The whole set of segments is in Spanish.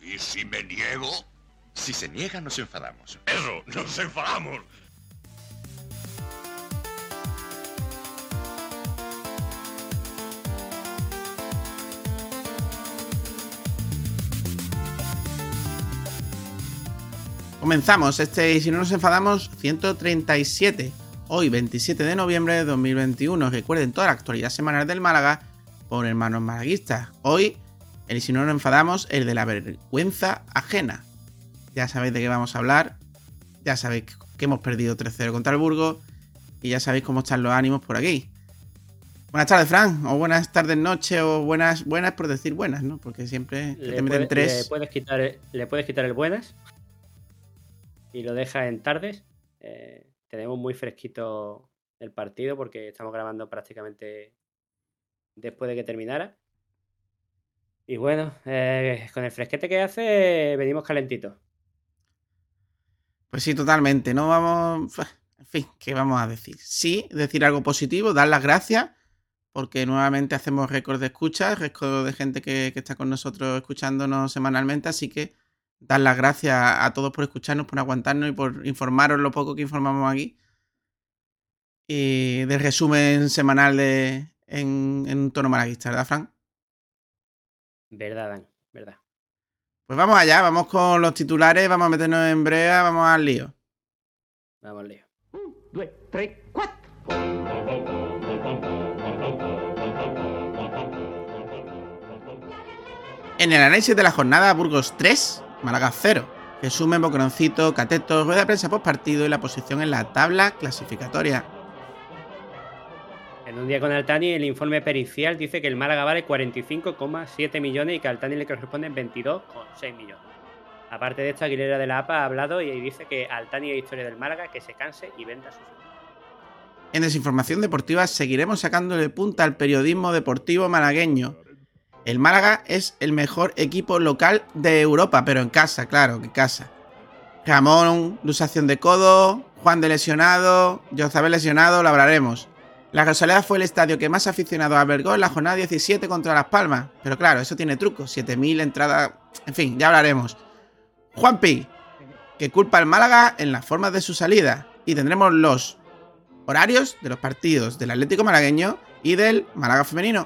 ¿Y si me niego? Si se niega, nos enfadamos. Eso, nos enfadamos. Comenzamos y si no nos enfadamos, 137. Hoy, 27 de noviembre de 2021. Recuerden toda la actualidad semanal del Málaga por Hermanos Malaguistas. Hoy, y si no nos enfadamos, el de la vergüenza ajena. Ya sabéis de qué vamos a hablar. Ya sabéis que hemos perdido 3-0 contra el Burgos. Y ya sabéis cómo están los ánimos por aquí. Buenas tardes, Fran. O buenas tardes, noche. O buenas por decir buenas, ¿no? Porque siempre te meten tres. Le puedes quitar el buenas. Y lo deja en tardes. Tenemos muy fresquito el partido porque estamos grabando prácticamente después de que terminara. Y bueno, con el fresquete que hace, venimos calentitos. Pues sí, totalmente. No vamos... En fin, ¿qué vamos a decir? Sí, decir algo positivo, dar las gracias, porque nuevamente hacemos récord de escuchas, récord de gente que está con nosotros escuchándonos semanalmente, así que dar las gracias a todos por escucharnos, por aguantarnos y por informaros lo poco que informamos aquí. Y del resumen semanal en un tono malaguista, ¿verdad, Fran? Verdad, Dan, verdad. Pues vamos allá, vamos con los titulares, vamos a meternos en brea, vamos al lío. Vamos al lío. 1, 2, 3, 4. En el análisis de la jornada, Burgos 3, Málaga 0. Resumen, Boqueroncito, Cateto, rueda de prensa post partido y la posición en la tabla clasificatoria. En un día con Altani, el informe pericial dice que el Málaga vale 45,7 millones y que a Altani le corresponden 22,6 millones. Aparte de esto, Aguilera de la APA ha hablado y dice que Altani es historia del Málaga, que se canse y venda sus... En Desinformación Deportiva seguiremos sacándole punta al periodismo deportivo malagueño. El Málaga es el mejor equipo local de Europa, pero en casa, claro, en casa. Ramón, luxación de codo, Juan de lesionado, Jozabel lesionado, lo hablaremos. La Rosaleda fue el estadio que más aficionados albergó en la jornada 17 contra Las Palmas. Pero claro, eso tiene truco, 7.000 entradas... En fin, ya hablaremos. Juanpi, que culpa al Málaga en las formas de su salida. Y tendremos los horarios de los partidos del Atlético Malagueño y del Málaga femenino.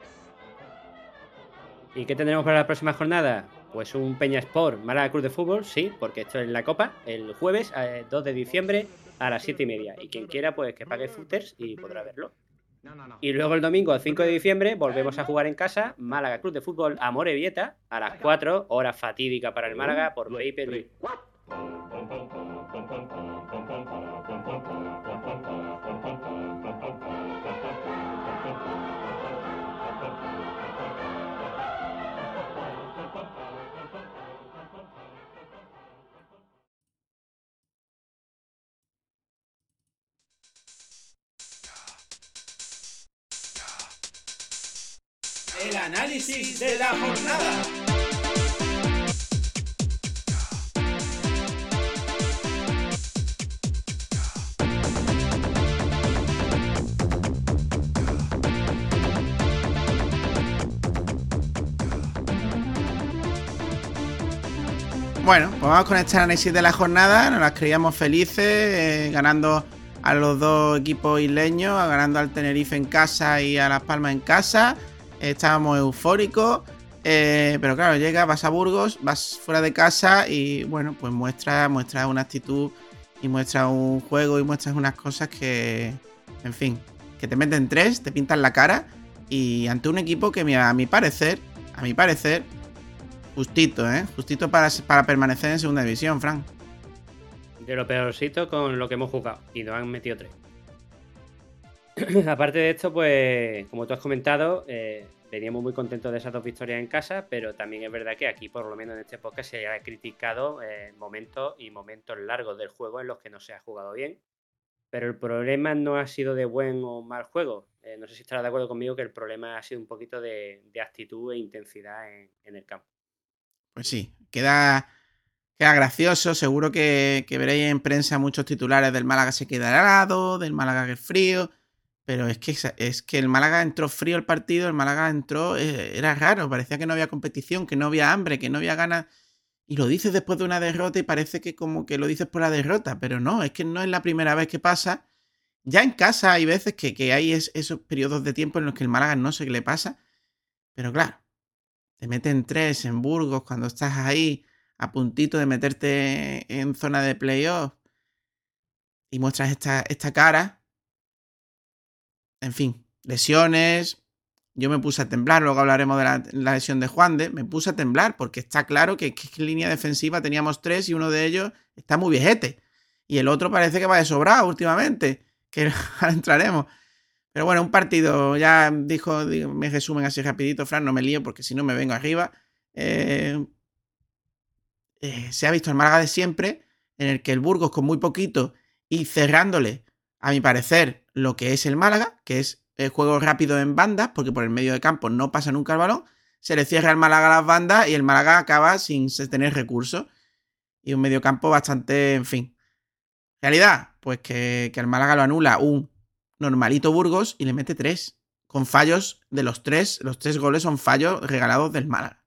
¿Y qué tendremos para la próxima jornada? Pues un Peña Sport Málaga Club de Fútbol, sí, porque esto es la Copa, el jueves 2 de diciembre a las 7:30. Y quien quiera, pues que pague footers y podrá verlo. Y luego el domingo 5 de diciembre volvemos a jugar en casa, Málaga Club de Fútbol Amorebieta, a las 4, hora fatídica para el Málaga por pay-per-view. El análisis de la jornada. Bueno, pues vamos con este análisis de la jornada. Nos las creíamos felices, ganando a los dos equipos isleños, ganando al Tenerife en casa y a Las Palmas en casa. Estábamos eufóricos, pero claro, vas a Burgos, vas fuera de casa y bueno, pues muestras una actitud y muestras un juego y muestras unas cosas que, en fin, que te meten tres, te pintan la cara y ante un equipo que a mi parecer, justito para permanecer en segunda división, Fran. De lo peorcito con lo que hemos jugado y nos han metido 3. Aparte de esto, pues, como tú has comentado, veníamos muy contentos de esas 2 victorias en casa, pero también es verdad que aquí, por lo menos en este podcast, se ha criticado momentos largos del juego en los que no se ha jugado bien. Pero el problema no ha sido de buen o mal juego. No sé si estarás de acuerdo conmigo que el problema ha sido un poquito de actitud e intensidad en el campo. Pues sí, queda gracioso. Seguro que veréis en prensa muchos titulares del Málaga se queda helado, del Málaga que es frío. Pero es que el Málaga entró frío el partido, el Málaga entró, era raro, parecía que no había competición, que no había hambre, que no había ganas Y lo dices después de una derrota y parece que como que lo dices por la derrota, pero no, es que no es la primera vez que pasa. Ya en casa hay veces que hay esos periodos de tiempo en los que el Málaga no sé qué le pasa, pero claro, te meten 3 en Burgos cuando estás ahí a puntito de meterte en zona de playoff y muestras esta cara. En fin, lesiones. Yo me puse a temblar, luego hablaremos de la lesión de Juande. Me puse a temblar porque está claro que en línea defensiva teníamos 3 y uno de ellos está muy viejete. Y el otro parece que va de sobrado últimamente, que ahora entraremos. Pero bueno, un partido, ya me resumen así rapidito, Fran, no me lío porque si no me vengo arriba. Se ha visto el Málaga de siempre, en el que el Burgos con muy poquito y cerrándole, a mi parecer, lo que es el Málaga, que es el juego rápido en bandas, porque por el medio de campo no pasa nunca el balón, se le cierra al Málaga las bandas y el Málaga acaba sin tener recursos. Y un medio campo bastante, en fin. Realidad, pues que el Málaga lo anula un normalito Burgos y le mete 3. Con fallos de los 3 goles son fallos regalados del Málaga.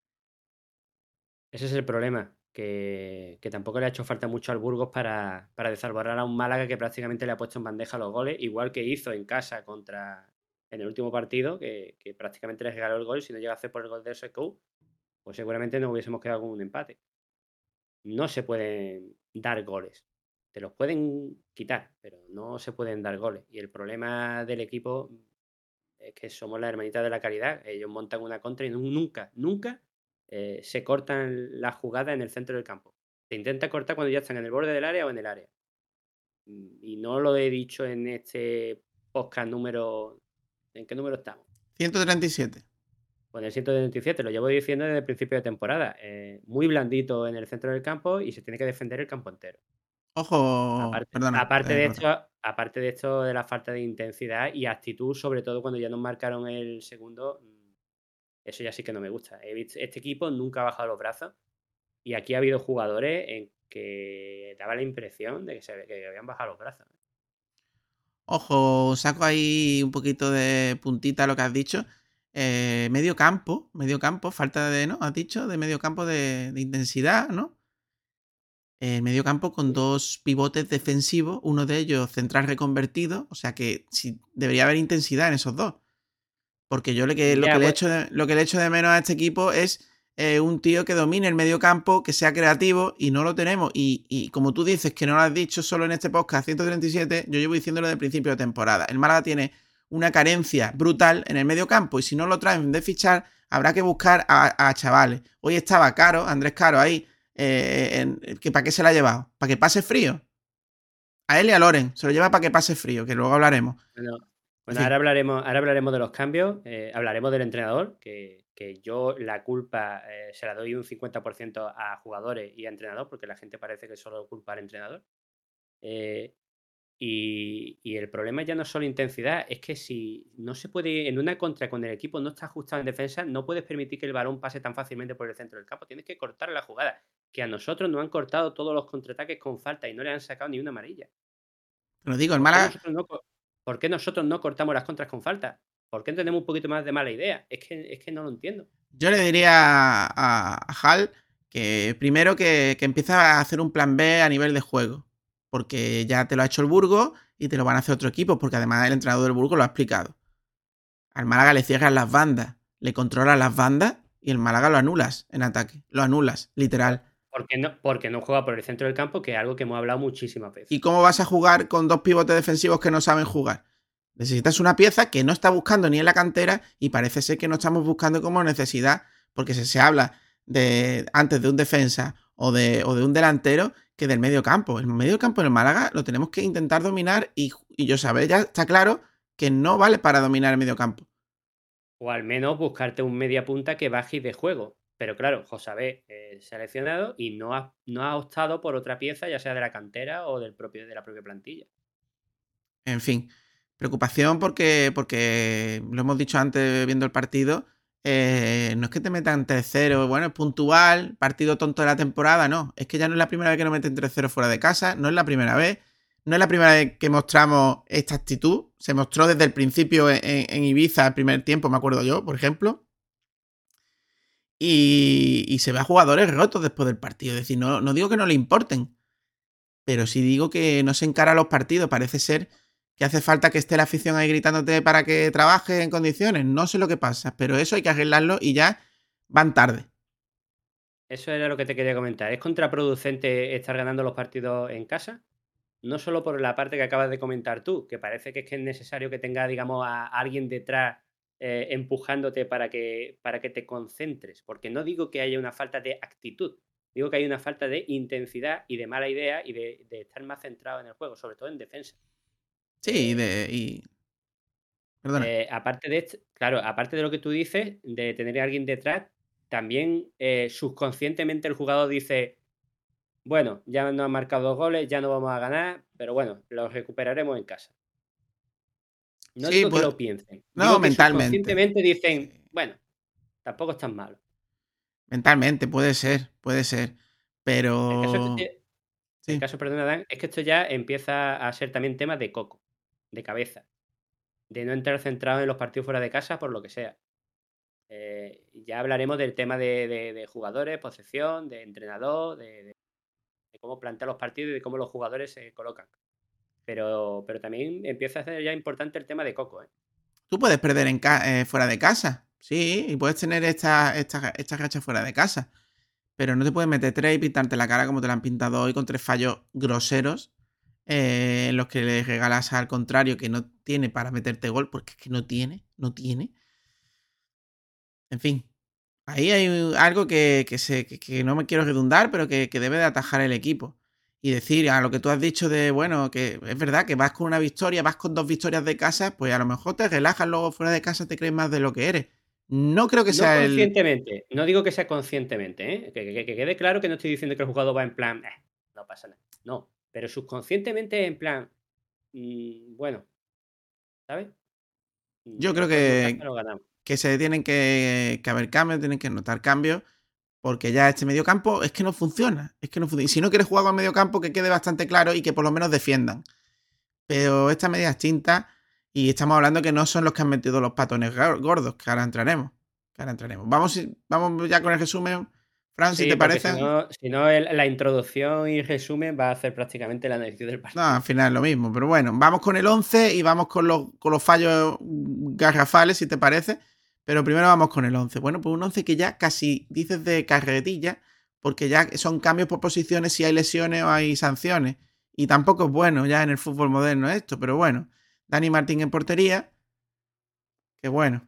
Ese es el problema, que tampoco le ha hecho falta mucho al Burgos para desarborar a un Málaga que prácticamente le ha puesto en bandeja los goles, igual que hizo en casa en el último partido, que prácticamente les regaló el gol. Si no llega a hacer por el gol de SQ, pues seguramente nos hubiésemos quedado con un empate. No se pueden dar goles. Te los pueden quitar, pero no se pueden dar goles. Y el problema del equipo es que somos la hermanita de la caridad. Ellos montan una contra y nunca se cortan las jugadas en el centro del campo. Se intenta cortar cuando ya están en el borde del área o en el área. Y no lo he dicho en este podcast número... ¿En qué número estamos? 137. Pues en el 137, lo llevo diciendo desde el principio de temporada. Muy blandito en el centro del campo y se tiene que defender el campo entero. Ojo, Aparte de esto de la falta de intensidad y actitud, sobre todo cuando ya nos marcaron el segundo, eso ya sí que no me gusta. Este equipo nunca ha bajado los brazos y aquí ha habido jugadores en que daba la impresión de que habían bajado los brazos. Ojo, saco ahí un poquito de puntita a lo que has dicho. Medio campo, falta de, ¿no? Has dicho, de medio campo de intensidad, ¿no? Medio campo con 2 pivotes defensivos, uno de ellos central reconvertido, o sea que sí, debería haber intensidad en esos dos. Porque yo lo que le echo de menos a este equipo es un tío que domine el medio campo, que sea creativo, y no lo tenemos. Y como tú dices, que no lo has dicho solo en este podcast 137, yo llevo diciéndolo desde el principio de temporada. El Málaga tiene una carencia brutal en el medio campo, y si no lo traen de fichar, habrá que buscar a chavales. Hoy estaba Andrés Caro ahí, que ¿para qué se la ha llevado? ¿Para que pase frío? A él y a Loren, se lo lleva para que pase frío, que luego hablaremos. Bueno, Sí. ahora hablaremos de los cambios, hablaremos del entrenador, que yo la culpa se la doy un 50% a jugadores y a entrenador, porque la gente parece que solo culpa al entrenador. Y el problema ya no es solo intensidad, es que si no se puede, en una contra con el equipo no está ajustado en defensa, no puedes permitir que el balón pase tan fácilmente por el centro del campo, tienes que cortar la jugada, que a nosotros nos han cortado todos los contraataques con falta y no le han sacado ni una amarilla. Te lo digo, el Málaga... ¿Por qué nosotros no cortamos las contras con falta? ¿Por qué tenemos un poquito más de mala idea? Es que no lo entiendo. Yo le diría a Hal que primero que empieza a hacer un plan B a nivel de juego. Porque ya te lo ha hecho el Burgos y te lo van a hacer otro equipo, porque además el entrenador del Burgos lo ha explicado. Al Málaga le cierran las bandas, le controlan las bandas y el Málaga lo anulas en ataque. Lo anulas, literal. Porque no juega por el centro del campo, que es algo que hemos hablado muchísimas veces. ¿Y cómo vas a jugar con 2 pivotes defensivos que no saben jugar? Necesitas una pieza que no está buscando ni en la cantera y parece ser que no estamos buscando como necesidad, porque se habla antes de un defensa o de un delantero que del medio campo. El medio campo en el Málaga lo tenemos que intentar dominar y yo saber, ya está claro que no vale para dominar el medio campo. O al menos buscarte un media punta que baje de juego. Pero claro, Josabé se ha lesionado y no ha optado por otra pieza, ya sea de la cantera o de la propia plantilla. En fin, preocupación porque lo hemos dicho antes viendo el partido, no es que te metan 3-0, bueno, es puntual, partido tonto de la temporada, no. Es que ya no es la primera vez que nos meten 3-0 fuera de casa, no es la primera vez que mostramos esta actitud. Se mostró desde el principio en Ibiza, el primer tiempo, me acuerdo yo, por ejemplo. y se ve a jugadores rotos después del partido. Es decir, no digo que no le importen, pero sí digo que no se encara a los partidos. Parece ser que hace falta que esté la afición ahí gritándote para que trabajes en condiciones. No sé lo que pasa, pero eso hay que arreglarlo y ya van tarde. Eso era lo que te quería comentar. ¿Es contraproducente estar ganando los partidos en casa? No solo por la parte que acabas de comentar tú, que parece que es necesario que tenga, digamos, a alguien detrás empujándote para que te concentres. Porque no digo que haya una falta de actitud, digo que hay una falta de intensidad y de mala idea y de estar más centrado en el juego, sobre todo en defensa. Sí, perdona. Aparte de esto, claro, aparte de lo que tú dices, de tener a alguien detrás, también subconscientemente el jugador dice, bueno, ya nos han marcado 2 goles, ya no vamos a ganar, pero bueno, los recuperaremos en casa. No Sí, digo que pues, lo piensen, no, digo que mentalmente. subconscientemente dicen, Sí. bueno, tampoco es tan malo. Mentalmente, puede ser. El caso, Pero... Sí. perdona, Dan, es que esto ya empieza a ser también tema de coco, de cabeza, de no entrar centrado en los partidos fuera de casa por lo que sea. Ya hablaremos del tema de jugadores, posesión, de entrenador, de cómo plantear los partidos y de cómo los jugadores se colocan. Pero también empieza a ser ya importante el tema de coco, ¿eh? Tú puedes perder fuera de casa. Sí, y puedes tener estas rachas fuera de casa. Pero no te puedes meter 3 y pintarte la cara como te la han pintado hoy con 3 fallos groseros en los que le regalas al contrario que no tiene para meterte gol, porque es que no tiene. En fin, ahí hay algo que no me quiero redundar, pero que debe de atajar el equipo. Y decir a lo que tú has dicho de, bueno, que es verdad que vas con una victoria, vas con 2 victorias de casa, pues a lo mejor te relajas luego fuera de casa, te crees más de lo que eres. No creo que No sea conscientemente, no digo que sea conscientemente, ¿eh? Que quede claro que no estoy diciendo que el jugador va en plan, no pasa nada. No, pero subconscientemente en plan, bueno, ¿sabes? Yo creo Nosotros en casa lo ganamos. que se tienen que haber cambios, tienen que notar cambios, porque ya este mediocampo es que no funciona. Y si no quieres jugar con mediocampo, que quede bastante claro y que por lo menos defiendan. Pero esta media es tinta y estamos hablando que no son los que han metido los patones gordos, que ahora entraremos. Vamos ya con el resumen. Fran, si Sí, te porque parece. si no la introducción y resumen va a hacer prácticamente el análisis del No, partido. al final es lo mismo. Pero bueno, vamos con el 11 y vamos con los fallos garrafales, si te parece. Pero primero vamos con el 11. Bueno, pues un 11 que ya casi dices de carretilla, porque ya son cambios por posiciones si hay lesiones o hay sanciones. Y tampoco es bueno ya en el fútbol moderno esto, pero bueno. Dani Martín en portería. Que bueno.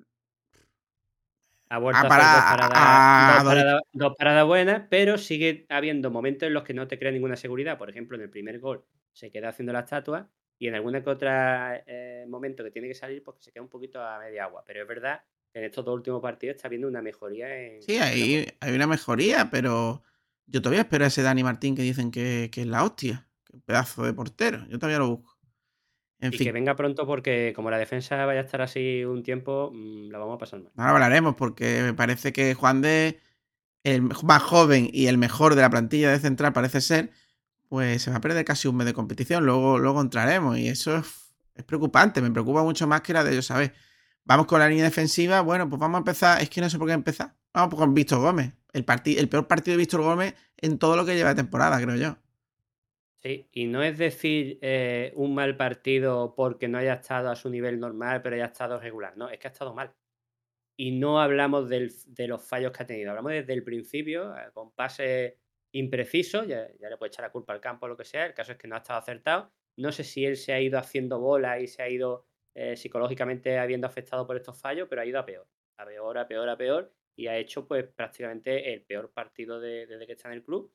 Ha vuelto a hacer dos paradas buenas, pero sigue habiendo momentos en los que no te crea ninguna seguridad. Por ejemplo, en el primer gol se queda haciendo la estatua y en alguna que otra momento que tiene que salir, pues se queda un poquito a media agua. Pero es verdad que en estos 2 últimos partidos está habiendo una mejoría Sí, hay una mejoría, pero yo todavía espero a ese Dani Martín que dicen que es la hostia. Que pedazo de portero. Yo todavía lo busco. En y fin. que venga pronto porque como la defensa vaya a estar así un tiempo, la vamos a pasar mal. Ahora hablaremos porque me parece que Juan de, el más joven y el mejor de la plantilla de central parece ser, pues se va a perder casi un mes de competición. Luego entraremos y eso es preocupante. Me preocupa mucho más que la de ellos, ¿sabes? Vamos con la línea defensiva. Bueno, pues vamos a empezar. Es que no sé por qué empezar. Vamos con Víctor Gómez. El peor partido de Víctor Gómez en todo lo que lleva de temporada, creo yo. Sí, y no es decir un mal partido porque no haya estado a su nivel normal, pero haya estado regular. No, es que ha estado mal. Y no hablamos de los fallos que ha tenido. Hablamos desde el principio, con pases imprecisos. Ya le puede echar la culpa al campo o lo que sea. El caso es que no ha estado acertado. No sé si él se ha ido haciendo bola y se ha ido psicológicamente habiendo afectado por estos fallos, pero ha ido a peor. A peor. Y ha hecho pues prácticamente el peor partido desde que está en el club.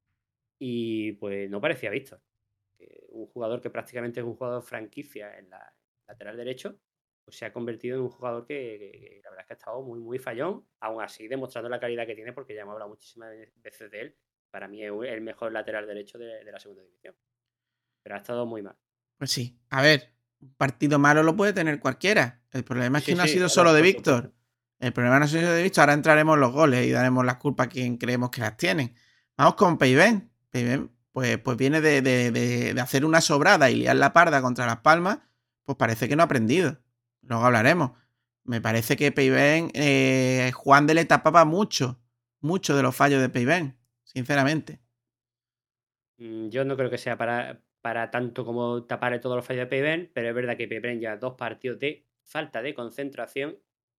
Y pues no parecía visto. Un jugador que prácticamente es un jugador franquicia en la lateral derecho, pues se ha convertido en un jugador que la verdad es que ha estado muy, muy fallón, aún así demostrando la calidad que tiene, porque ya hemos hablado muchísimas veces de él. Para mí es el mejor lateral derecho de la segunda división. Pero ha estado muy mal. Pues sí. A ver, un partido malo lo puede tener cualquiera. El problema es que no ha sido claro, solo de Víctor. El problema no ha sido de Víctor. Ahora entraremos en los goles y daremos las culpas a quien creemos que las tienen. Vamos con Peiben. Peiben pues viene de hacer una sobrada y liar la parda contra Las Palmas. Pues parece que no ha aprendido. Luego hablaremos. me parece que Peiben, Juan de le tapaba mucho de los fallos de Peiben, sinceramente. Yo no creo que sea para tanto como taparle todos los fallos de Peiben, pero es verdad que Peiben ya 2 partidos de falta de concentración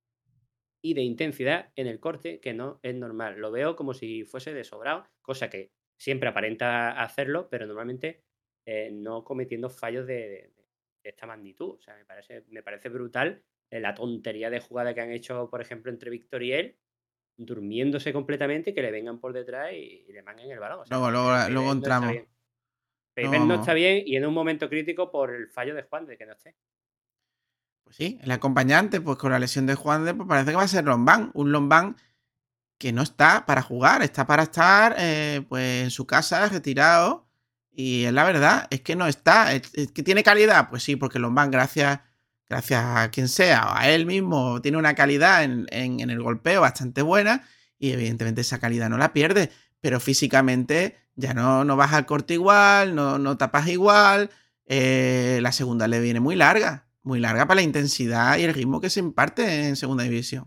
y de intensidad en el corte, que no es normal. Lo veo como si fuese de sobrado, cosa que siempre aparenta hacerlo, pero normalmente no cometiendo fallos de esta magnitud. O sea, me parece brutal la tontería de jugada que han hecho, por ejemplo, entre Víctor y él, durmiéndose completamente, que le vengan por detrás y le manguen el balón. O sea, Luego entramos. Peiben no está bien y en un momento crítico por el fallo de Juan de que no esté. Pues sí, el acompañante, pues con la lesión de Juan de, pues parece que va a ser Lombán. Un Lombán que no está para jugar, está para estar pues en su casa, retirado. Y es la verdad, es que no está. ¿Es que tiene calidad? Pues sí, porque Lombán, gracias a quien sea, o a él mismo, tiene una calidad en el golpeo bastante buena. Y evidentemente esa calidad no la pierde. Pero físicamente ya no baja el corte igual, no tapas igual. La segunda le viene muy larga para la intensidad y el ritmo que se imparte en segunda división.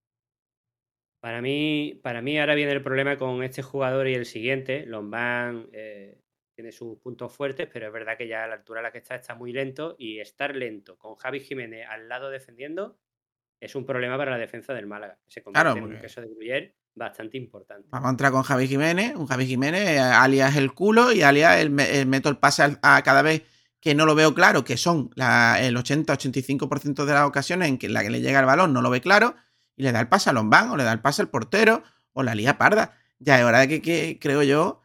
Para mí ahora viene el problema con este jugador y el siguiente. Lombán tiene sus puntos fuertes, pero es verdad que ya a la altura a la que está muy lento, y estar lento con Javi Jiménez al lado defendiendo es un problema para la defensa del Málaga. Se convierte en un queso de Gruyère bastante importante. Vamos a entrar con Javi Jiménez, alias el culo y alias meto el pase a cada vez que no lo veo claro, que son el 80-85% de las ocasiones en la que le llega el balón, no lo ve claro, y le da el pase a Lombán, o le da el pase al portero, o la lía parda. Ya es hora de que creo yo,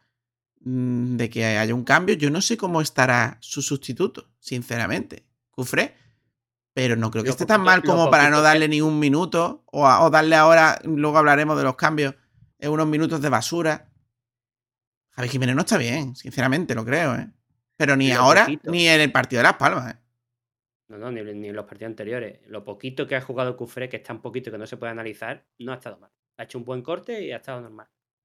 de que haya un cambio. Yo no sé cómo estará su sustituto, sinceramente, Cufré, pero no creo que esté tan mal como para no darle ni un minuto, o darle ahora, luego hablaremos de los cambios, unos minutos de basura. Javi Jiménez no está bien, sinceramente, lo creo, Pero ni ahora, ni en el partido de Las Palmas, No, ni en los partidos anteriores. Lo poquito que ha jugado Cufré, que es tan poquito que no se puede analizar, no ha estado mal. Ha hecho un buen corte y ha estado normal.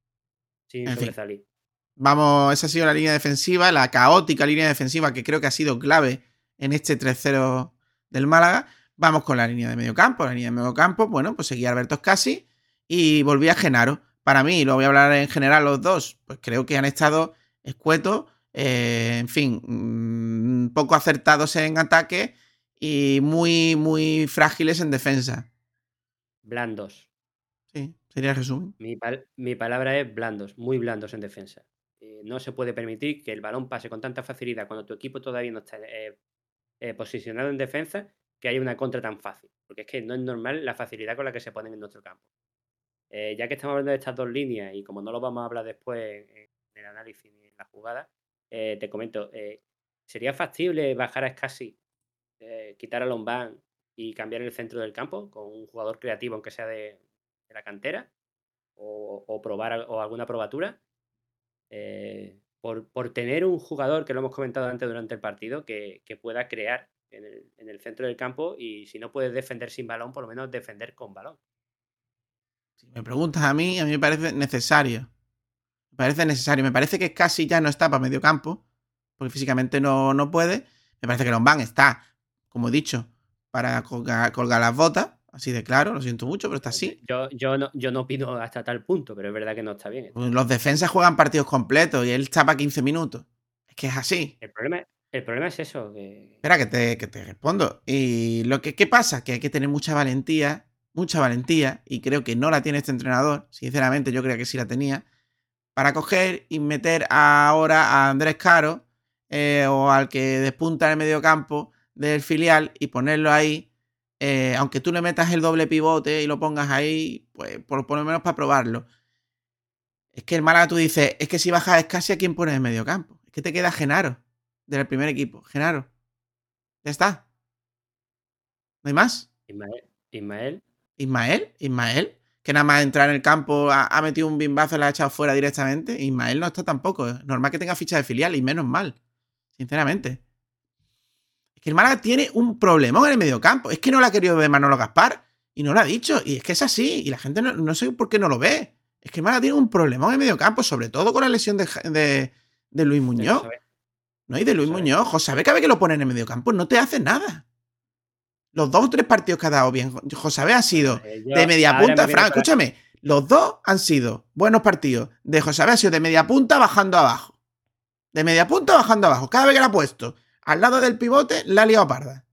Sin sobresalir. Vamos, esa ha sido la línea defensiva, la caótica línea defensiva que creo que ha sido clave en este 3-0 del Málaga. Vamos con la línea de mediocampo. La línea de mediocampo, bueno, pues seguía Alberto Scassi y volvía Genaro. Para mí, lo voy a hablar en general los dos, pues creo que han estado escuetos, en fin, poco acertados en ataque y muy, muy frágiles en defensa. Blandos. Sí, sería el resumen. Mi palabra es blandos, muy blandos en defensa. No se puede permitir que el balón pase con tanta facilidad cuando tu equipo todavía no está posicionado en defensa, que haya una contra tan fácil. Porque es que no es normal la facilidad con la que se ponen en nuestro campo. Ya que estamos hablando de estas dos líneas, y como no lo vamos a hablar después en el análisis ni en la jugada, te comento, ¿sería factible bajar a Scassi, quitar a Lombán y cambiar el centro del campo con un jugador creativo, aunque sea de la cantera, o probar alguna probatura? Por tener un jugador, que lo hemos comentado antes durante el partido, que pueda crear en el centro del campo, y si no puedes defender sin balón, por lo menos defender con balón. Si me preguntas a mí me parece necesario. Me parece que Scassi ya no está para medio campo, porque físicamente no puede. Me parece que Lombán está, como he dicho, para colgar las botas. Así de claro, lo siento mucho, pero está así. Yo no opino hasta tal punto, pero es verdad que no está bien. Pues los defensas juegan partidos completos y él está para 15 minutos. Es que es así. El problema es eso. Espera, que te respondo. Y ¿qué pasa? Que hay que tener mucha valentía, y creo que no la tiene este entrenador. Sinceramente, yo creo que sí la tenía. Para coger y meter ahora a Andrés Caro, o al que despunta en el mediocampo del filial, y ponerlo ahí. Aunque tú le metas el doble pivote y lo pongas ahí, pues por lo menos para probarlo. Es que el Málaga, tú dices, es que si bajas Scassi, ¿a quién pones en medio campo? Es que te queda Genaro, del primer equipo. Genaro. Ya está. ¿No hay más? Ismael, que nada más entrar en el campo ha metido un bimbazo y la ha echado fuera directamente. Ismael no está tampoco. Es normal que tenga ficha de filial, y menos mal. Sinceramente. Que el Málaga tiene un problemón en el mediocampo. Es que no lo ha querido ver Manolo Gaspar y no lo ha dicho. Y es que es así. Y la gente no sé por qué no lo ve. Es que el Málaga tiene un problemón en el mediocampo, sobre todo con la lesión de Luis Muñoz. No, y de Luis Muñoz. José, que lo pone en el mediocampo no te hace nada. Los 2 o 3 partidos que ha dado bien Josabé ha sido Yo de media ahora punta. me viene Fran, para- escúchame. Los 2 han sido buenos partidos. De Josabé ha sido de media punta bajando abajo. De media punta bajando abajo. Cada vez que la ha puesto al lado del pivote, la ha liado parda.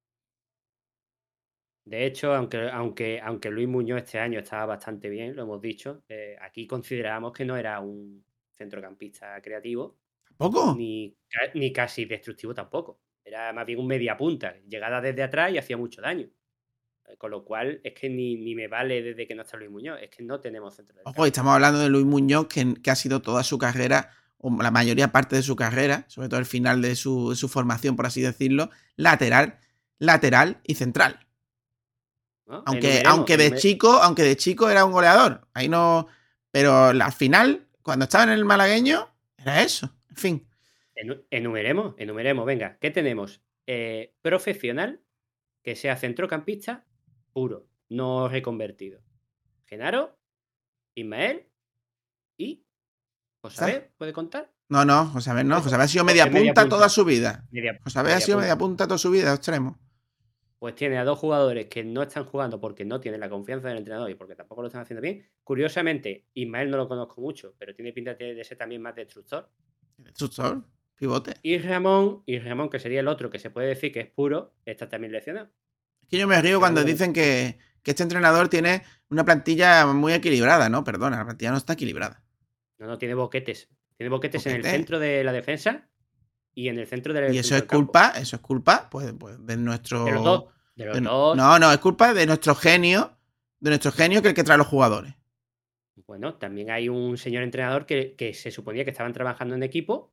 De hecho, aunque Luis Muñoz este año estaba bastante bien, lo hemos dicho, aquí considerábamos que no era un centrocampista creativo, ¿Tampoco? ni casi destructivo tampoco. Era más bien un media punta, llegada desde atrás y hacía mucho daño. Con lo cual, es que ni me vale desde que no está Luis Muñoz, es que no tenemos centro del Ojo, campo. estamos hablando de Luis Muñoz, que ha sido toda su carrera, o la mayoría parte de su carrera, sobre todo el final de su formación, por así decirlo, lateral y central. ¿No? Aunque de chico era un goleador. Ahí no. Pero al final, cuando estaba en el malagueño, era eso. En fin. Enumeremos, venga, ¿qué tenemos? Profesional, que sea centrocampista puro, no reconvertido. Genaro, Ismael y José, ¿puede contar? No, Josabé no. Josabé ha sido Pues media es media punta punta. toda su vida. Josabé ha media sido punta. media punta toda su vida, extremo. Pues tiene a 2 jugadores que no están jugando porque no tienen la confianza del entrenador y porque tampoco lo están haciendo bien. Curiosamente, Ismael no lo conozco mucho, pero tiene pinta de ser también más destructor. Destructor, pivote. Y Ramón, que sería el otro que se puede decir que es puro, está también lesionado. Es que yo me río cuando dicen que este entrenador tiene una plantilla muy equilibrada, ¿no? Perdona, la plantilla no está equilibrada. No, tiene boquetes. Tiene boquetes en el ¿Boquete? centro de la defensa y en el centro del Y eso centro es del campo. culpa, pues, de nuestro. De los dos. De los dos. No, es culpa de nuestro genio. De nuestro genio, que es el que trae los jugadores. Bueno, también hay un señor entrenador que se suponía que estaban trabajando en equipo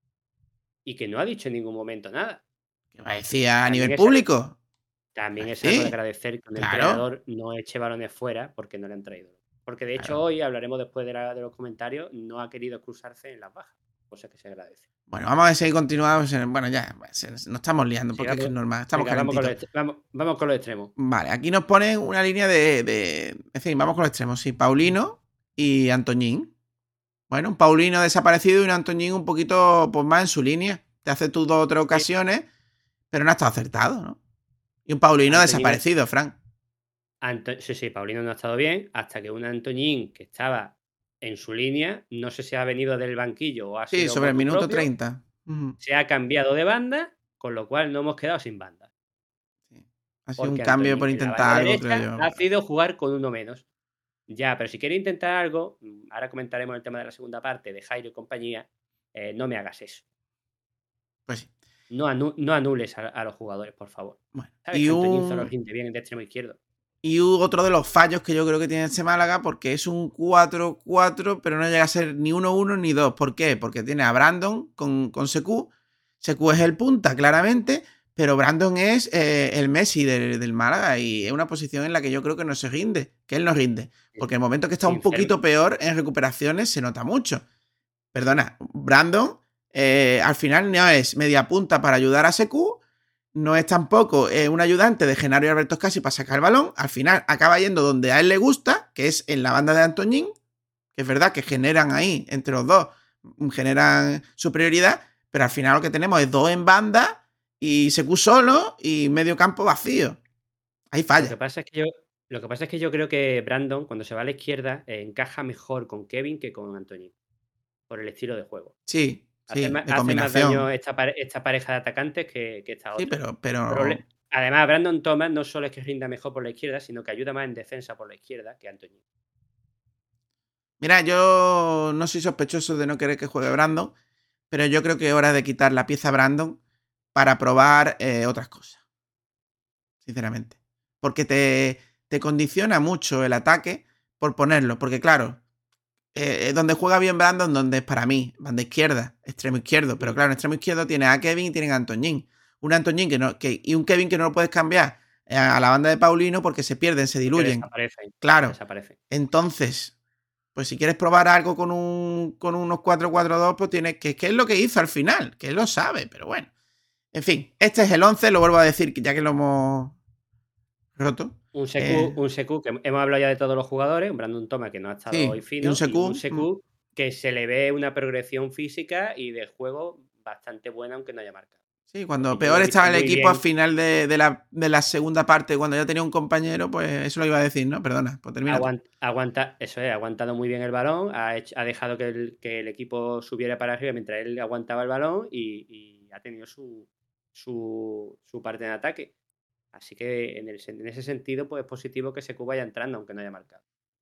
y que no ha dicho en ningún momento nada. Que va a decir a También nivel es- público. También es Sí, algo de agradecer que un claro. entrenador no eche balones fuera porque no le han traído. Porque de hecho Claro. hoy, hablaremos después de los comentarios, no ha querido excusarse en las bajas, cosa que se agradece. Bueno, vamos a ver si continuamos. Bueno, ya, nos estamos liando porque es que es normal. Estamos Venga, calentitos. vamos con los extremos. Vale, aquí nos ponen una línea de. Es decir, vamos con los extremos. Sí, Paulino y Antoñín. Bueno, un Paulino desaparecido y un Antoñín un poquito pues, más en su línea. Te hace tus 2 o 3 ocasiones, pero no ha estado acertado, ¿no? Y un Paulino Antoñín desaparecido, Frank. Sí, Paulino no ha estado bien hasta que un Antoñín que estaba en su línea, no sé si ha venido del banquillo o ha Sí, sido sobre el motu minuto propio, 30. Ujú. se ha cambiado de banda, con lo cual no hemos quedado sin banda. Sí. Ha sido un Porque cambio Antoñín por en la intentar banda algo, derecha creo yo. ha sido jugar con uno menos. Ya, pero si quieres intentar algo, ahora comentaremos el tema de la segunda parte de Jairo y compañía, no me hagas eso. Pues sí. No anules a los jugadores, por favor. Bueno, ¿Sabes y que Antoñín solo rinde bien de extremo izquierdo? Y otro de los fallos que yo creo que tiene este Málaga, porque es un 4-4, pero no llega a ser ni 1-1 ni 2. ¿Por qué? Porque tiene a Brandon con Sekou. Sekou es el punta, claramente, pero Brandon es el Messi del Málaga y es una posición en la que yo creo que no se rinde, que él no rinde. Porque el momento que está un poquito peor en recuperaciones se nota mucho. Perdona, Brandon al final no es media punta para ayudar a Sekou, no es tampoco un ayudante de Genaro y Alberto Scassi para sacar el balón. Al final acaba yendo donde a él le gusta, que es en la banda de Antoñín, que es verdad que generan ahí, entre los dos, generan superioridad, pero al final lo que tenemos es 2 en banda y Sekou solo y medio campo vacío. Ahí falla. Lo que pasa es que yo creo que Brandon, cuando se va a la izquierda, encaja mejor con Kevin que con Antoñín, por el estilo de juego. Sí. Hace más daño esta pareja de atacantes que esta otra. Sí, pero... Además, Brandon Thomas no solo es que rinda mejor por la izquierda, sino que ayuda más en defensa por la izquierda que Antoñín. Mira, yo no soy sospechoso de no querer que juegue Brandon, pero yo creo que es hora de quitar la pieza Brandon para probar otras cosas. Sinceramente. Porque te condiciona mucho el ataque por ponerlo. Porque claro, donde juega bien Brandon, donde es para mí, banda izquierda, extremo izquierdo. Pero claro, en extremo izquierdo tienes a Kevin y tienes a Antoñín. Un Antoñín y un Kevin que no lo puedes cambiar a la banda de Paulino porque se pierden, se diluyen. Desaparecen. Claro. Desaparecen. Entonces, pues si quieres probar algo con unos 4-4-2, pues tienes que es lo que hizo al final, que él lo sabe, pero bueno. En fin, este es el 11, lo vuelvo a decir, ya que lo hemos roto. Un Sekou, que hemos hablado ya de todos los jugadores, un Brandon Thomas que no ha estado hoy fino, y un Sekou que se le ve una progresión física y de juego bastante buena, aunque no haya marcado. Sí, cuando Y yo peor lo he estaba visto el muy equipo al bien. final de la segunda parte, cuando ya tenía un compañero, pues eso lo iba a decir, ¿no? Perdona, pues termina tú. Ha aguantado muy bien el balón, ha dejado que el equipo subiera para arriba mientras él aguantaba el balón y ha tenido su parte en ataque. Así que en ese sentido, pues es positivo que Sekou vaya entrando, aunque no haya marcado.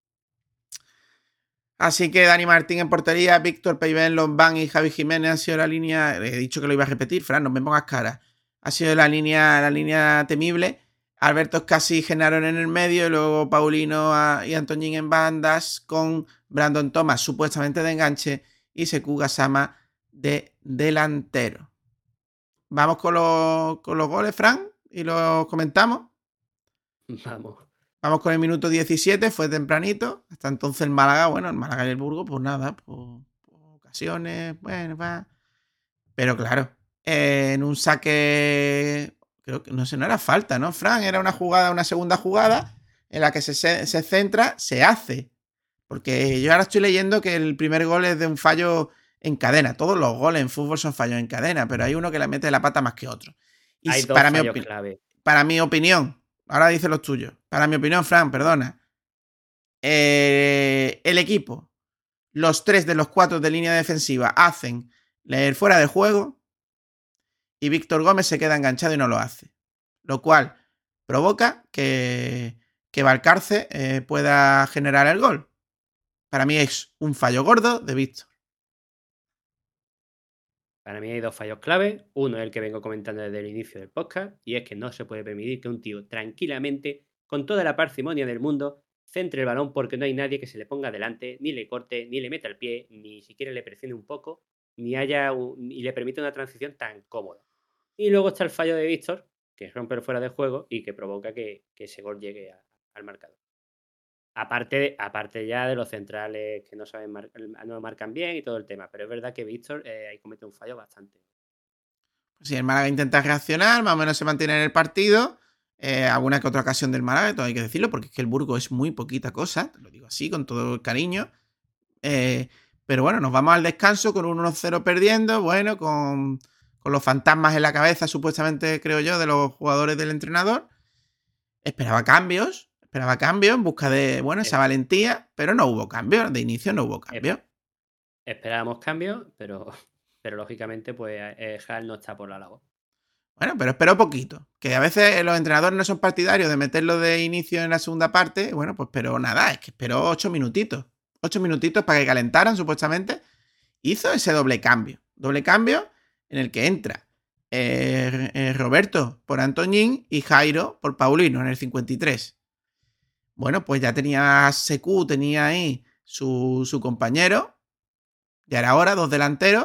Así que Dani Martín en portería, Víctor Peiben, Lombán y Javi Jiménez han sido la línea. He dicho que lo iba a repetir, Fran, no me pongas cara. Ha sido la línea temible. Alberto Escasi y Genaro en el medio, y luego Paulino y Antoñín en bandas, con Brandon Thomas supuestamente de enganche y Sekou Gassama de delantero. Vamos con los goles, Fran, y los comentamos. Vamos. Vamos con el minuto 17, fue tempranito. Hasta entonces el Málaga, bueno, el Málaga y el Burgos, pues nada, por ocasiones, bueno, va. Pero claro, en un saque, creo que no sé, no era falta, ¿no, Fran? Era una segunda jugada en la que se centra, se hace. Porque yo ahora estoy leyendo que el primer gol es de un fallo en cadena. Todos los goles en fútbol son fallos en cadena, pero hay uno que le mete la pata más que otro. Y Hay dos fallos clave. para mi opinión, ahora dice los tuyos. Para mi opinión, Fran, perdona. El equipo, los 3 de los 4 de línea defensiva hacen leer fuera de juego y Víctor Gómez se queda enganchado y no lo hace. Lo cual provoca que Valcarce pueda generar el gol. Para mí es un fallo gordo de Víctor. Para mí hay dos fallos clave. Uno es el que vengo comentando desde el inicio del podcast, y es que no se puede permitir que un tío tranquilamente, con toda la parsimonia del mundo, centre el balón porque no hay nadie que se le ponga delante, ni le corte, ni le meta el pie, ni siquiera le presione un poco, ni le permite una transición tan cómoda. Y luego está el fallo de Víctor, que rompe el fuera de juego y que provoca que ese gol llegue al marcador. Aparte ya de los centrales que no saben no marcan bien y todo el tema, pero es verdad que Víctor ahí comete un fallo bastante. Si el Málaga intenta reaccionar, más o menos se mantiene en el partido. Alguna que otra ocasión del Málaga, todo hay que decirlo, porque es que el Burgos es muy poquita cosa, te lo digo así, con todo el cariño. Pero bueno, nos vamos al descanso con un 1-0 perdiendo, bueno, con los fantasmas en la cabeza, supuestamente, creo yo, de los jugadores del entrenador. Esperaba cambios en busca de, bueno, esa valentía, pero no hubo cambios, de inicio no hubo cambios. Esperábamos cambios, pero lógicamente, pues Hal no está por la labor. Bueno, pero esperó poquito. Que a veces los entrenadores no son partidarios de meterlo de inicio en la segunda parte. Bueno, pues pero nada, es que esperó 8 minutitos. 8 minutitos para que calentaran, supuestamente. Hizo ese doble cambio. Doble cambio en el que entra Roberto por Antoñín y Jairo por Paulino en el 53. Bueno, pues ya tenía Sekou, tenía ahí su compañero. Ya era hora, dos delanteros.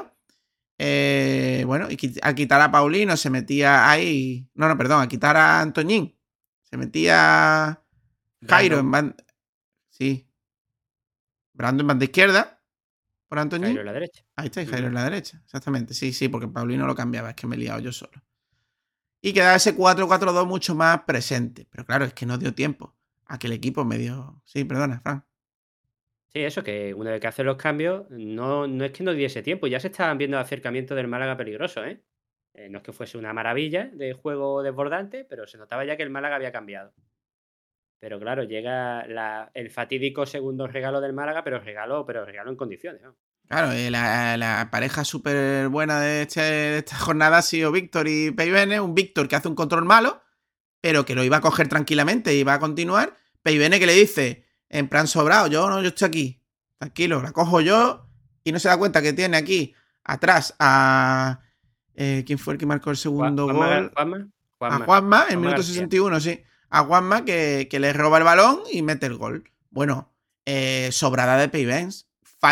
Bueno, y al quitar a Paulino se metía ahí. No, perdón, a quitar a Antoñín. Se metía Jairo en banda. Sí. Brando en banda izquierda. Por Antoñín. Jairo en la derecha. Ahí está, y Jairo en la derecha. Exactamente. Sí, porque Paulino lo cambiaba. Es que me he liado yo solo. Y quedaba ese 4-4-2 mucho más presente. Pero claro, es que no dio tiempo a que el equipo medio. Sí, perdona, Fran. Sí, eso, que una vez que hace los cambios, no es que no diese tiempo, ya se estaban viendo acercamientos del Málaga peligroso, ¿eh? No es que fuese una maravilla de juego desbordante, pero se notaba ya que el Málaga había cambiado. Pero claro, llega el fatídico segundo regalo del Málaga, pero regalo en condiciones, ¿no? Claro, la pareja súper buena de esta jornada ha sido Víctor y Peivene. Un Víctor que hace un control malo, pero que lo iba a coger tranquilamente y iba a continuar. Peivene que le dice, en plan sobrado, yo estoy aquí, tranquilo, la cojo yo. Y no se da cuenta que tiene aquí atrás a... ¿quién fue el que marcó el segundo gol? A Juanma, en minuto 61, sí. A Juanma que le roba el balón y mete el gol. Bueno, sobrada de Peivens.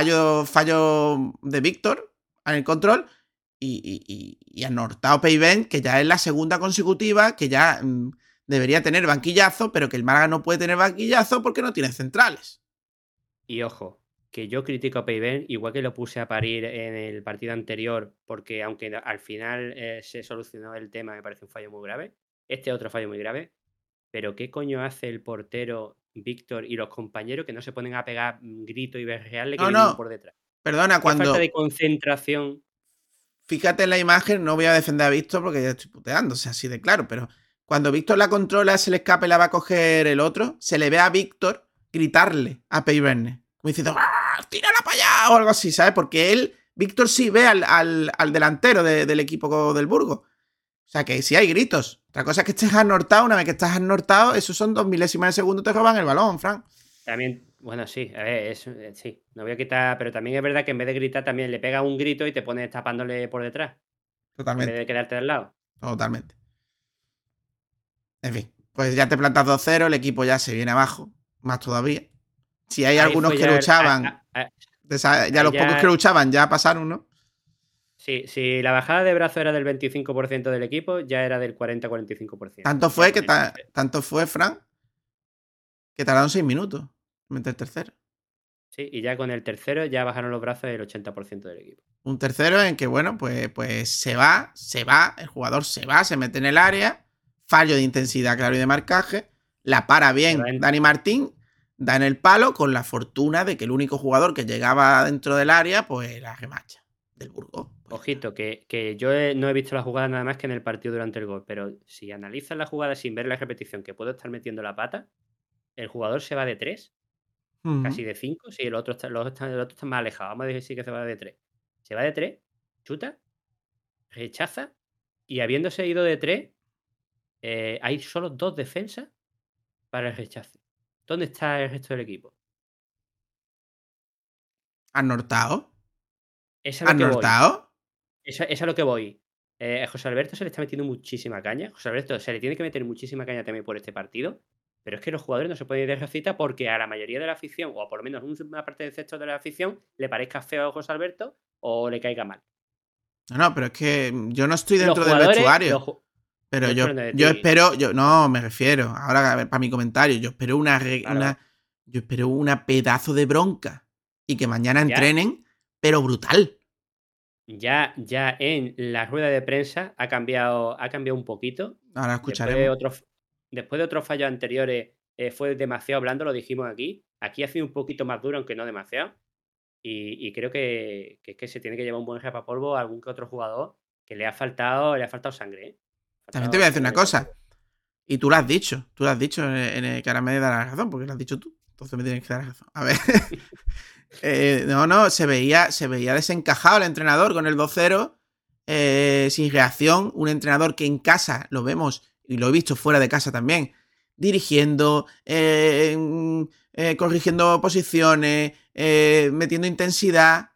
Fallo de Víctor en el control y anortado Peivens, que ya es la segunda consecutiva, que ya debería tener banquillazo, pero que el Málaga no puede tener banquillazo porque no tiene centrales. Y ojo, que yo critico a Peivens, igual que lo puse a parir en el partido anterior, porque aunque al final se solucionó el tema, me parece un fallo muy grave. Este otro fallo muy grave. Pero ¿qué coño hace el portero Víctor y los compañeros que no se ponen a pegar grito y berrearle que vienen por detrás? Perdona, ¿Qué falta de concentración? fíjate en la imagen, no voy a defender a Víctor porque ya estoy puteando, o sea, así de claro, pero cuando Víctor la controla, se le escapa y la va a coger el otro, se le ve a Víctor gritarle a Peyverne, como diciendo, ¡ah, tírala para allá! O algo así, ¿sabes? Porque él, Víctor sí ve al delantero del equipo del Burgos. O sea, que sí hay gritos. Otra cosa es que estés anortado. Una vez que estás anortado, esos son 2 milésimas de segundo, te roban el balón, Fran. También, bueno, sí, a ver, sí, no voy a quitar, pero también es verdad que en vez de gritar, también le pega un grito y te pones tapándole por detrás, en vez Totalmente, de quedarte al lado. totalmente. En fin, pues ya te plantas 2-0, el equipo ya se viene abajo, más todavía. Si hay Ahí algunos fue que ya luchaban, ya los pocos que luchaban ya pasaron, ¿no? Sí, si la bajada de brazo era del 25% del equipo, ya era del 40-45%. Tanto fue, Fran, que tardaron 6 minutos en meter tercero. Sí, y ya con el tercero ya bajaron los brazos el 80% del equipo. Un tercero en que, bueno, pues se va, el jugador se va, se mete en el área, fallo de intensidad, claro, y de marcaje, la para bien Dani Martín, da en el palo con la fortuna de que el único jugador que llegaba dentro del área, pues la remacha del Burgos. Ojito, que yo no he visto la jugada nada más que en el partido durante el gol, pero si analizas la jugada sin ver la repetición, que puedo estar metiendo la pata, el jugador se va de 3, casi de 5, si el otro está más alejado, vamos a decir que se va de 3. Se va de 3, chuta, rechaza, y habiéndose ido de 3, hay solo 2 defensas para el rechace. ¿Dónde está el resto del equipo? ¿Anortado? ¿Anortado? Eso es a lo que voy. A José Alberto se le está metiendo muchísima caña. José Alberto se le tiene que meter muchísima caña también por este partido. Pero es que los jugadores no se pueden ir de recita porque a la mayoría de la afición, o por lo menos una parte del sector de la afición, le parezca feo a José Alberto o le caiga mal. No, pero es que yo no estoy dentro del vestuario. Pero yo espero, no, me refiero, ahora a ver, para mi comentario, yo espero yo espero una pedazo de bronca y que mañana entrenen, pero brutal. Ya en la rueda de prensa ha cambiado un poquito. Ahora escucharemos. Después de otros fallos anteriores fue demasiado blando, lo dijimos aquí. Aquí ha sido un poquito más duro, aunque no demasiado. Y creo que se tiene que llevar un buen rapapolvo a algún que otro jugador que le ha faltado sangre, ¿eh? También te voy a decir una cosa. Y tú lo has dicho en el que ahora me da la razón, porque lo has dicho tú. Entonces me tienes que dar la razón. A ver. Se veía desencajado el entrenador con el 2-0, sin reacción. Un entrenador que en casa lo vemos, y lo he visto fuera de casa también, dirigiendo, corrigiendo posiciones, metiendo intensidad.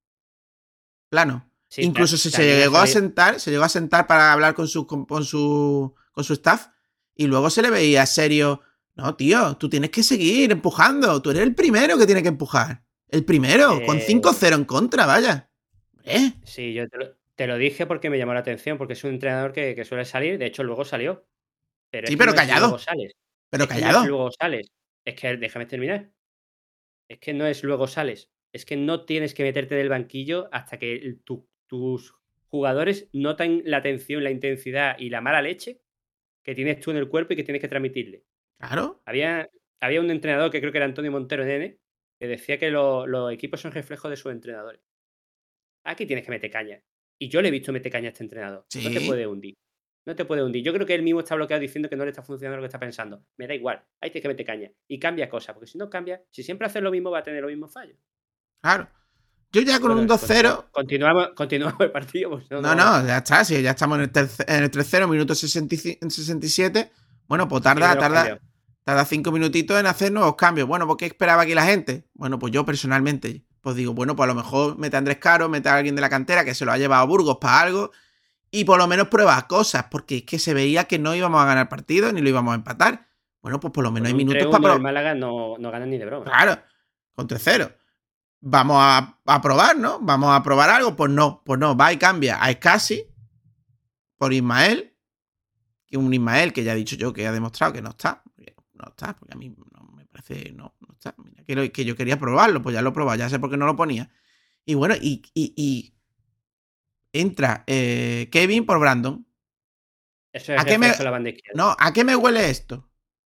Plano. Sí, incluso se llegó a sentar para hablar con su staff, y luego se le veía serio. No, tío, tú tienes que seguir empujando. Tú eres el primero que tiene que empujar. El primero, con 5-0 en contra, vaya. Sí, yo te lo dije porque me llamó la atención, porque es un entrenador que suele salir. De hecho, luego salió. Pero sí, pero no callado. Luego sales. Pero callado. No luego sales. Es que déjame terminar. Es que no es luego sales. Es que no tienes que meterte del banquillo hasta que tus jugadores notan la tensión, la intensidad y la mala leche que tienes tú en el cuerpo y que tienes que transmitirle. Claro. Había un entrenador que creo que era Antonio Montero Nene, que decía que los equipos son reflejos de sus entrenadores. Aquí tienes que meter caña. Y yo le he visto meter caña a este entrenador. ¿Sí? No te puede hundir. Yo creo que él mismo está bloqueado diciendo que no le está funcionando lo que está pensando. Me da igual. Ahí tienes que meter caña. Y cambia cosas. Porque si no cambia, si siempre haces lo mismo, va a tener los mismos fallos. Claro. Yo ya con un 2-0... Continuamos el partido. Pues no, ya está. Si ya estamos en el 3-0, minuto 67. Bueno, pues tarda 5 minutitos en hacer nuevos cambios. Bueno, ¿por qué esperaba aquí la gente? Bueno, pues yo personalmente, pues digo, bueno, pues a lo mejor mete a Andrés Caro, mete a alguien de la cantera que se lo ha llevado a Burgos para algo y por lo menos prueba cosas, porque es que se veía que no íbamos a ganar partido ni lo íbamos a empatar. Bueno, pues por lo menos hay minutos para probar. El Málaga no gana ni de broma. Claro, con 3-0. Vamos a probar, ¿no? Vamos a probar algo. Pues no, va y cambia a Escasi por Ismael. Que un Ismael que ya he dicho yo que ha demostrado que no está. No está, porque a mí no me parece. No está. Mira, que yo quería probarlo, pues ya lo he probado, ya sé por qué no lo ponía. Y bueno, y entra Kevin por Brandon. Eso es la banda izquierda. No, ¿a qué me huele esto?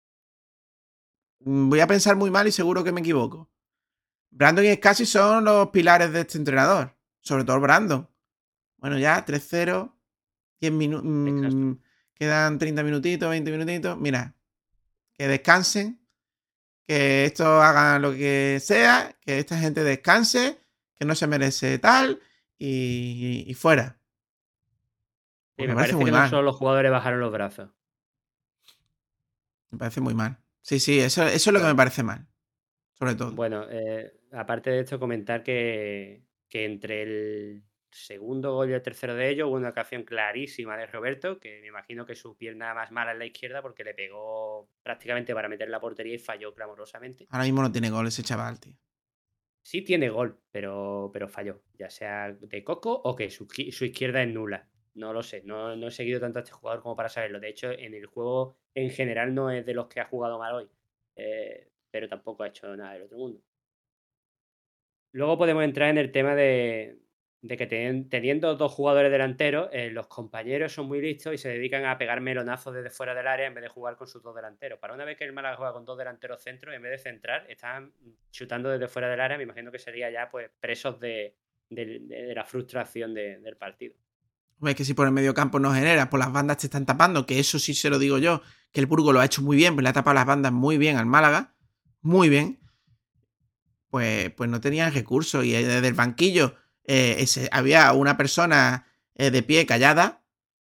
Voy a pensar muy mal y seguro que me equivoco. Brandon y Escasi son los pilares de este entrenador. Sobre todo Brandon. Bueno, ya 3-0, 10 minutos. Quedan 30 minutitos, 20 minutitos. Mira, que descansen, que estos hagan lo que sea, que esta gente descanse, que no se merece tal y fuera. Sí, Pues me me parece parece muy que no mal. solo los jugadores bajaron los brazos. Me parece muy mal. Sí, eso es lo que me parece mal. Sobre todo. Bueno, aparte de esto, comentar que entre el segundo gol y el tercero de ellos hubo una ocasión clarísima de Roberto, que me imagino que su pierna más mala es la izquierda porque le pegó prácticamente para meter la portería y falló clamorosamente. Ahora mismo no tiene gol ese chaval, tío. Sí tiene gol, pero falló, ya sea de coco o que su izquierda es nula. No lo sé, no he seguido tanto a este jugador como para saberlo. De hecho, en el juego en general no es de los que ha jugado mal hoy, pero tampoco ha hecho nada del otro mundo. Luego podemos entrar en el tema de que teniendo dos jugadores delanteros, los compañeros son muy listos y se dedican a pegar melonazos desde fuera del área en vez de jugar con sus dos delanteros. Para una vez que el Málaga juega con dos delanteros centros, en vez de centrar, están chutando desde fuera del área. Me imagino que sería ya pues presos de la frustración del partido. Hombre, es que si por el medio campo no genera, por las bandas te están tapando, que eso sí se lo digo yo, que el Burgos lo ha hecho muy bien, pues le ha tapado las bandas muy bien al Málaga, muy bien. Pues no tenían recursos y desde el banquillo había una persona de pie callada.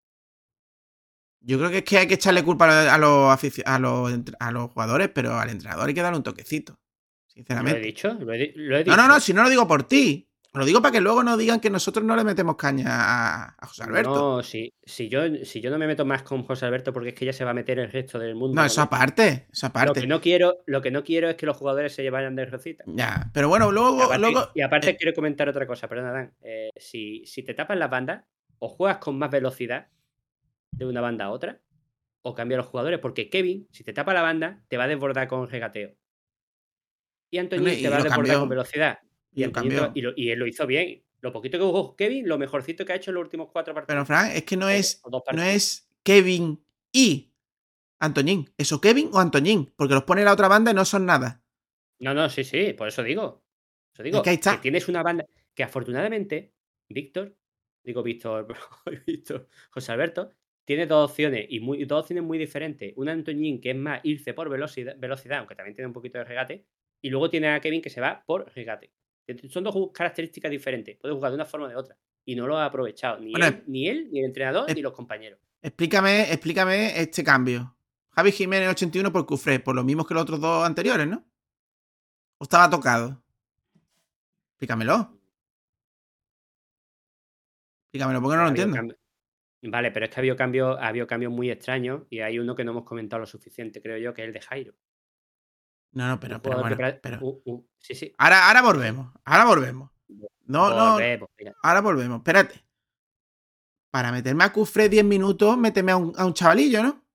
Yo creo que es que hay que echarle culpa a los jugadores, pero al entrenador hay que darle un toquecito, sinceramente. ¿Lo he dicho? ¿Lo he dicho? No, si no lo digo por ti. Lo digo para que luego no digan que nosotros no le metemos caña a José Alberto. No, si yo no me meto más con José Alberto porque es que ya se va a meter el resto del mundo. No, eso aparte. Lo que no quiero es que los jugadores se vayan de rosita. Ya, pero bueno, luego... Y aparte quiero comentar otra cosa, perdón, Adán. Si te tapan las bandas, o juegas con más velocidad de una banda a otra, o cambia los jugadores, porque Kevin, si te tapa la banda, te va a desbordar con regateo. Y Antoñín te va a desbordar con velocidad. Y él lo hizo bien. Lo poquito que jugó Kevin, lo mejorcito que ha hecho en los últimos 4 partidos. Pero Fran, es que no es Kevin y Antoñín. ¿Eso Kevin o Antoñín? Porque los pone la otra banda y no son nada. No, sí, por eso digo. Es que ahí está. Que tienes una banda que afortunadamente, José Alberto, tiene dos opciones y dos opciones muy diferentes. Una Antoñín que es más irse por velocidad, aunque también tiene un poquito de regate, y luego tiene a Kevin que se va por regate. Son dos características diferentes. Puede jugar de una forma o de otra. Y no lo ha aprovechado ni él, ni el entrenador, ni los compañeros. Explícame este cambio. Javi Jiménez 81 por Cufré, por lo mismo que los otros dos anteriores, ¿no? ¿O estaba tocado? Explícamelo. Explícamelo porque no lo entiendo. Vale, pero es que ha habido cambios muy extraños y hay uno que no hemos comentado lo suficiente, creo yo, que es el de Jairo. No, pero bueno. Sí. Ahora volvemos. No. Ahora volvemos. Espérate. Para meterme a Cufré 10 minutos, méteme a un chavalillo, ¿no?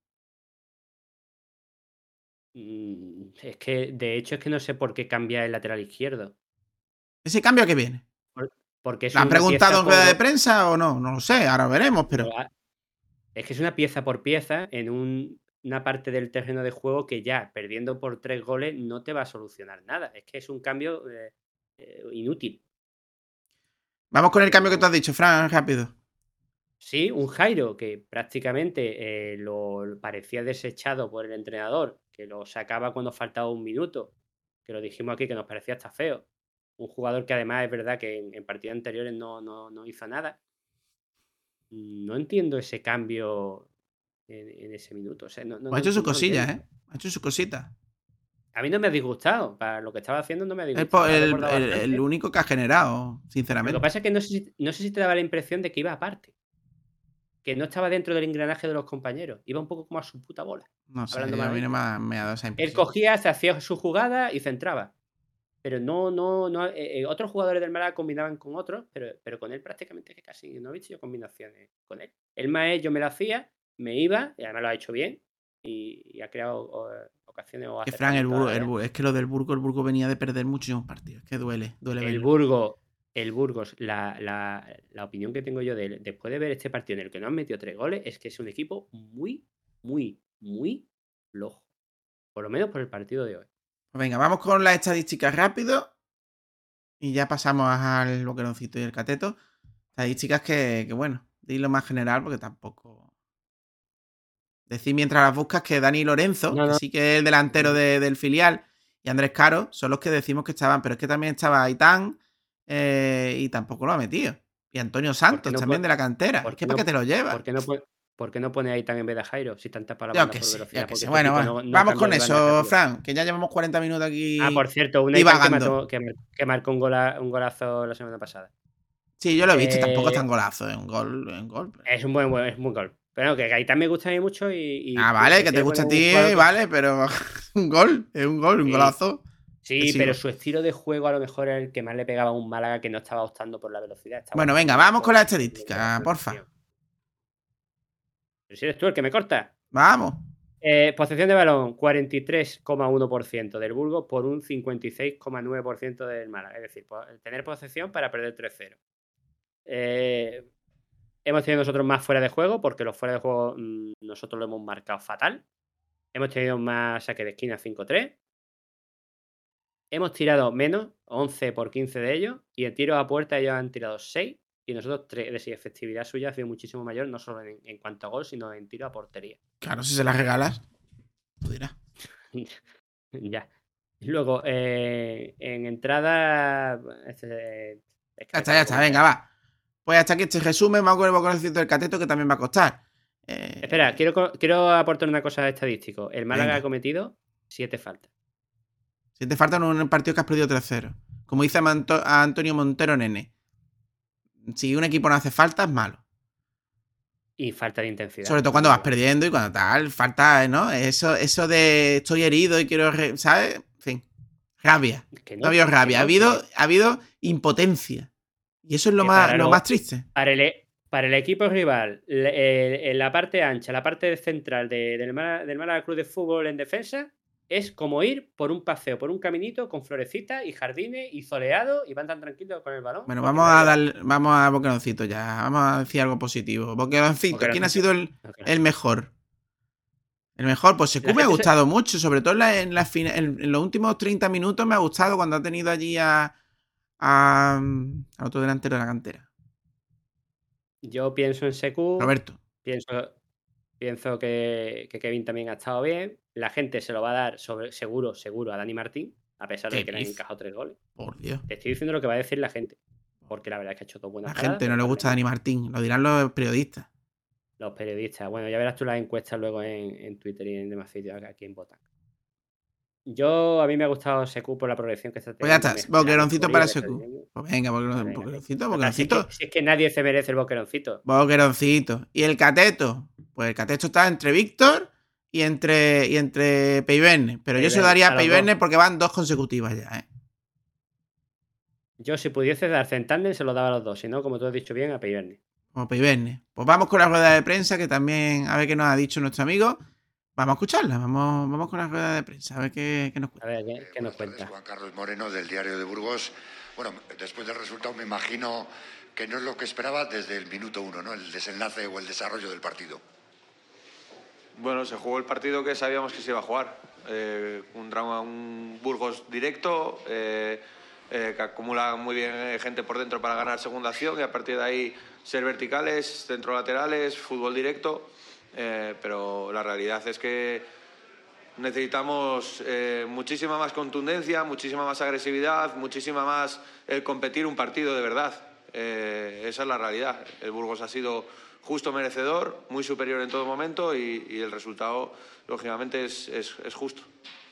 Es que, de hecho, es que no sé por qué cambia el lateral izquierdo. ¿Ese cambio a qué viene? Porque es ¿Lo han preguntado en rueda de prensa o no? No lo sé, ahora veremos, pero... Es que es una pieza por pieza en una parte del terreno de juego que ya, perdiendo por 3 goles, no te va a solucionar nada. Es que es un cambio inútil. Vamos con el cambio que tú has dicho, Fran, rápido. Sí, un Jairo que prácticamente lo parecía desechado por el entrenador, que lo sacaba cuando faltaba un minuto, que lo dijimos aquí que nos parecía hasta feo. Un jugador que además es verdad que en partidos anteriores no hizo nada. No entiendo ese cambio en ese minuto. O sea, ha hecho sus cosillas, ¿eh? Ha hecho sus cositas. A mí no me ha disgustado. Para lo que estaba haciendo no me ha disgustado. El único que ha generado, sinceramente. Lo que pasa es que no sé si te daba la impresión de que iba aparte. Que no estaba dentro del engranaje de los compañeros. Iba un poco como a su puta bola. No sé, a mí no me ha dado esa impresión. Él cogía, se hacía su jugada y centraba. Pero otros jugadores del Málaga combinaban con otros, pero con él prácticamente que casi no he visto yo combinaciones con él. El más yo me lo hacía, me iba, y además lo ha hecho bien, y ha creado ocasiones. Que Fran, es que lo del Burgos, el Burgos venía de perder muchísimos partidos. Es que duele el Burgos, la opinión que tengo yo de él, después de ver este partido en el que no han metido 3 goles, es que es un equipo muy, muy, muy flojo. Por lo menos por el partido de hoy. Pues venga, vamos con las estadísticas rápido. Y ya pasamos al boqueroncito y el cateto. Estadísticas que bueno, dilo más general porque tampoco... Decir mientras las buscas que Dani Lorenzo, No, que no. sí que es el delantero del filial, y Andrés Caro son los que decimos que estaban, pero es que también estaba Aitán y tampoco lo ha metido. Y Antonio Santos no también pon- de la cantera. ¿Por Es que qué ¿para no, qué te lo llevas? por qué no pone ahí tan en vez de Jairo? Si tantas para la Yo banda que por sé, velocidad. yo que Porque sé. este Bueno, tipo bueno, no vamos cambia con de banda eso, rápido. Fran, que ya llevamos 40 minutos Ah, aquí por cierto, un Aitán divagando. que marcó un golazo la semana pasada. Sí, yo lo he visto, tampoco es tan Eh, golazo, es un gol. es un es un buen gol. Pero no, que Aitán me gusta a mí mucho y Ah, vale, que te prefiero gusta poner a un jugador ti, que... vale, pero es un gol, un Sí, golazo. sí, pero su estilo de juego a lo mejor era el que más le pegaba a un Málaga que no estaba optando por la velocidad, estaba Bueno, venga, optando vamos con la por la estadística, porfa. transición. Pero si eres tú el que me corta. Vamos. Posesión de balón, 43,1% del Burgos por un 56,9% del Málaga. Es decir, tener posesión para perder 3-0. Hemos tenido nosotros más fuera de juego, porque los fuera de juego nosotros lo hemos marcado fatal. Hemos tenido más saque de esquina 5-3. Hemos tirado menos, 11 por 15 de ellos, y en tiros a puerta ellos han tirado 6, y nosotros 3. Es decir, efectividad suya ha sido muchísimo mayor, no solo en cuanto a gol, sino en tiro a portería. Claro, si se las regalas, tú dirás. Ya. Luego, en entrada. Ya está, venga, va. Pues hasta aquí este resumen, vamos con el boconocito del cateto que también va a costar. Espera, quiero aportar una cosa estadístico. El Málaga Venga. ha cometido 7 faltas. Si te faltan un partido que has perdido 3-0. Como dice a Antonio Montero, nene. Si un equipo no hace falta, es malo. Y falta de intensidad. Sobre todo cuando vas perdiendo y cuando tal, falta, ¿no? Eso de estoy herido y quiero, ¿sabes? En fin, rabia. Que No ha habido rabia, que no, ha habido impotencia. Y eso es lo que más triste. Para el equipo rival, en la parte ancha, la parte central del Málaga Club de Fútbol en defensa, es como ir por un paseo, por un caminito con florecitas y jardines y soleado y van tan tranquilos con el balón. Bueno, vamos a Boqueroncito ya. Vamos a decir algo positivo. Boqueroncito, ¿quién ha sido el mejor? El mejor, pues Secu me ha gustado mucho, sobre todo en los últimos 30 minutos me ha gustado cuando ha tenido allí a otro delantero de la cantera. Yo pienso en Secu. Roberto. Pienso que Kevin también ha estado bien. La gente se lo va a dar seguro a Dani Martín, a pesar de que le han encajado 3 goles. Por Dios. Te estoy diciendo lo que va a decir la gente. Porque la verdad es que ha hecho dos buenas paradas. La gente no le gusta a Dani Martín, lo dirán los periodistas. Los periodistas. Bueno, ya verás tú las encuestas luego en Twitter y en demás sitios aquí en votan. A mí me ha gustado Secu por la progresión que está teniendo. Pues ya está, Boqueroncito para Secu. Pues venga, Boqueroncito. Si es que nadie se merece el Boqueroncito. Boqueroncito. ¿Y el cateto? Pues el cateto está entre Víctor y entre Peiverne. Pero yo se lo daría a Peiverne porque van 2 consecutivas ya, ¿eh? Yo, si pudiese darse en tándem, se lo daba a los dos. Si no, como tú has dicho bien, a Peiverne. Como Peiverne. Pues vamos con la rueda de prensa, que también a ver qué nos ha dicho nuestro amigo. Vamos a escucharla, vamos con la rueda de prensa, a ver qué nos cuenta. A ver, ¿qué nos cuenta? Juan Carlos Moreno, del Diario de Burgos. Bueno, después del resultado me imagino que no es lo que esperaba desde el minuto 1, ¿no? El desenlace o el desarrollo del partido. Bueno, se jugó el partido que sabíamos que se iba a jugar. Un Burgos directo, que acumula muy bien gente por dentro para ganar segunda acción y a partir de ahí ser verticales, centro-laterales, fútbol directo. Pero la realidad es que necesitamos muchísima más contundencia, muchísima más agresividad, muchísima más competir un partido de verdad. Esa es la realidad. El Burgos ha sido justo merecedor, muy superior en todo momento y el resultado, lógicamente, es justo.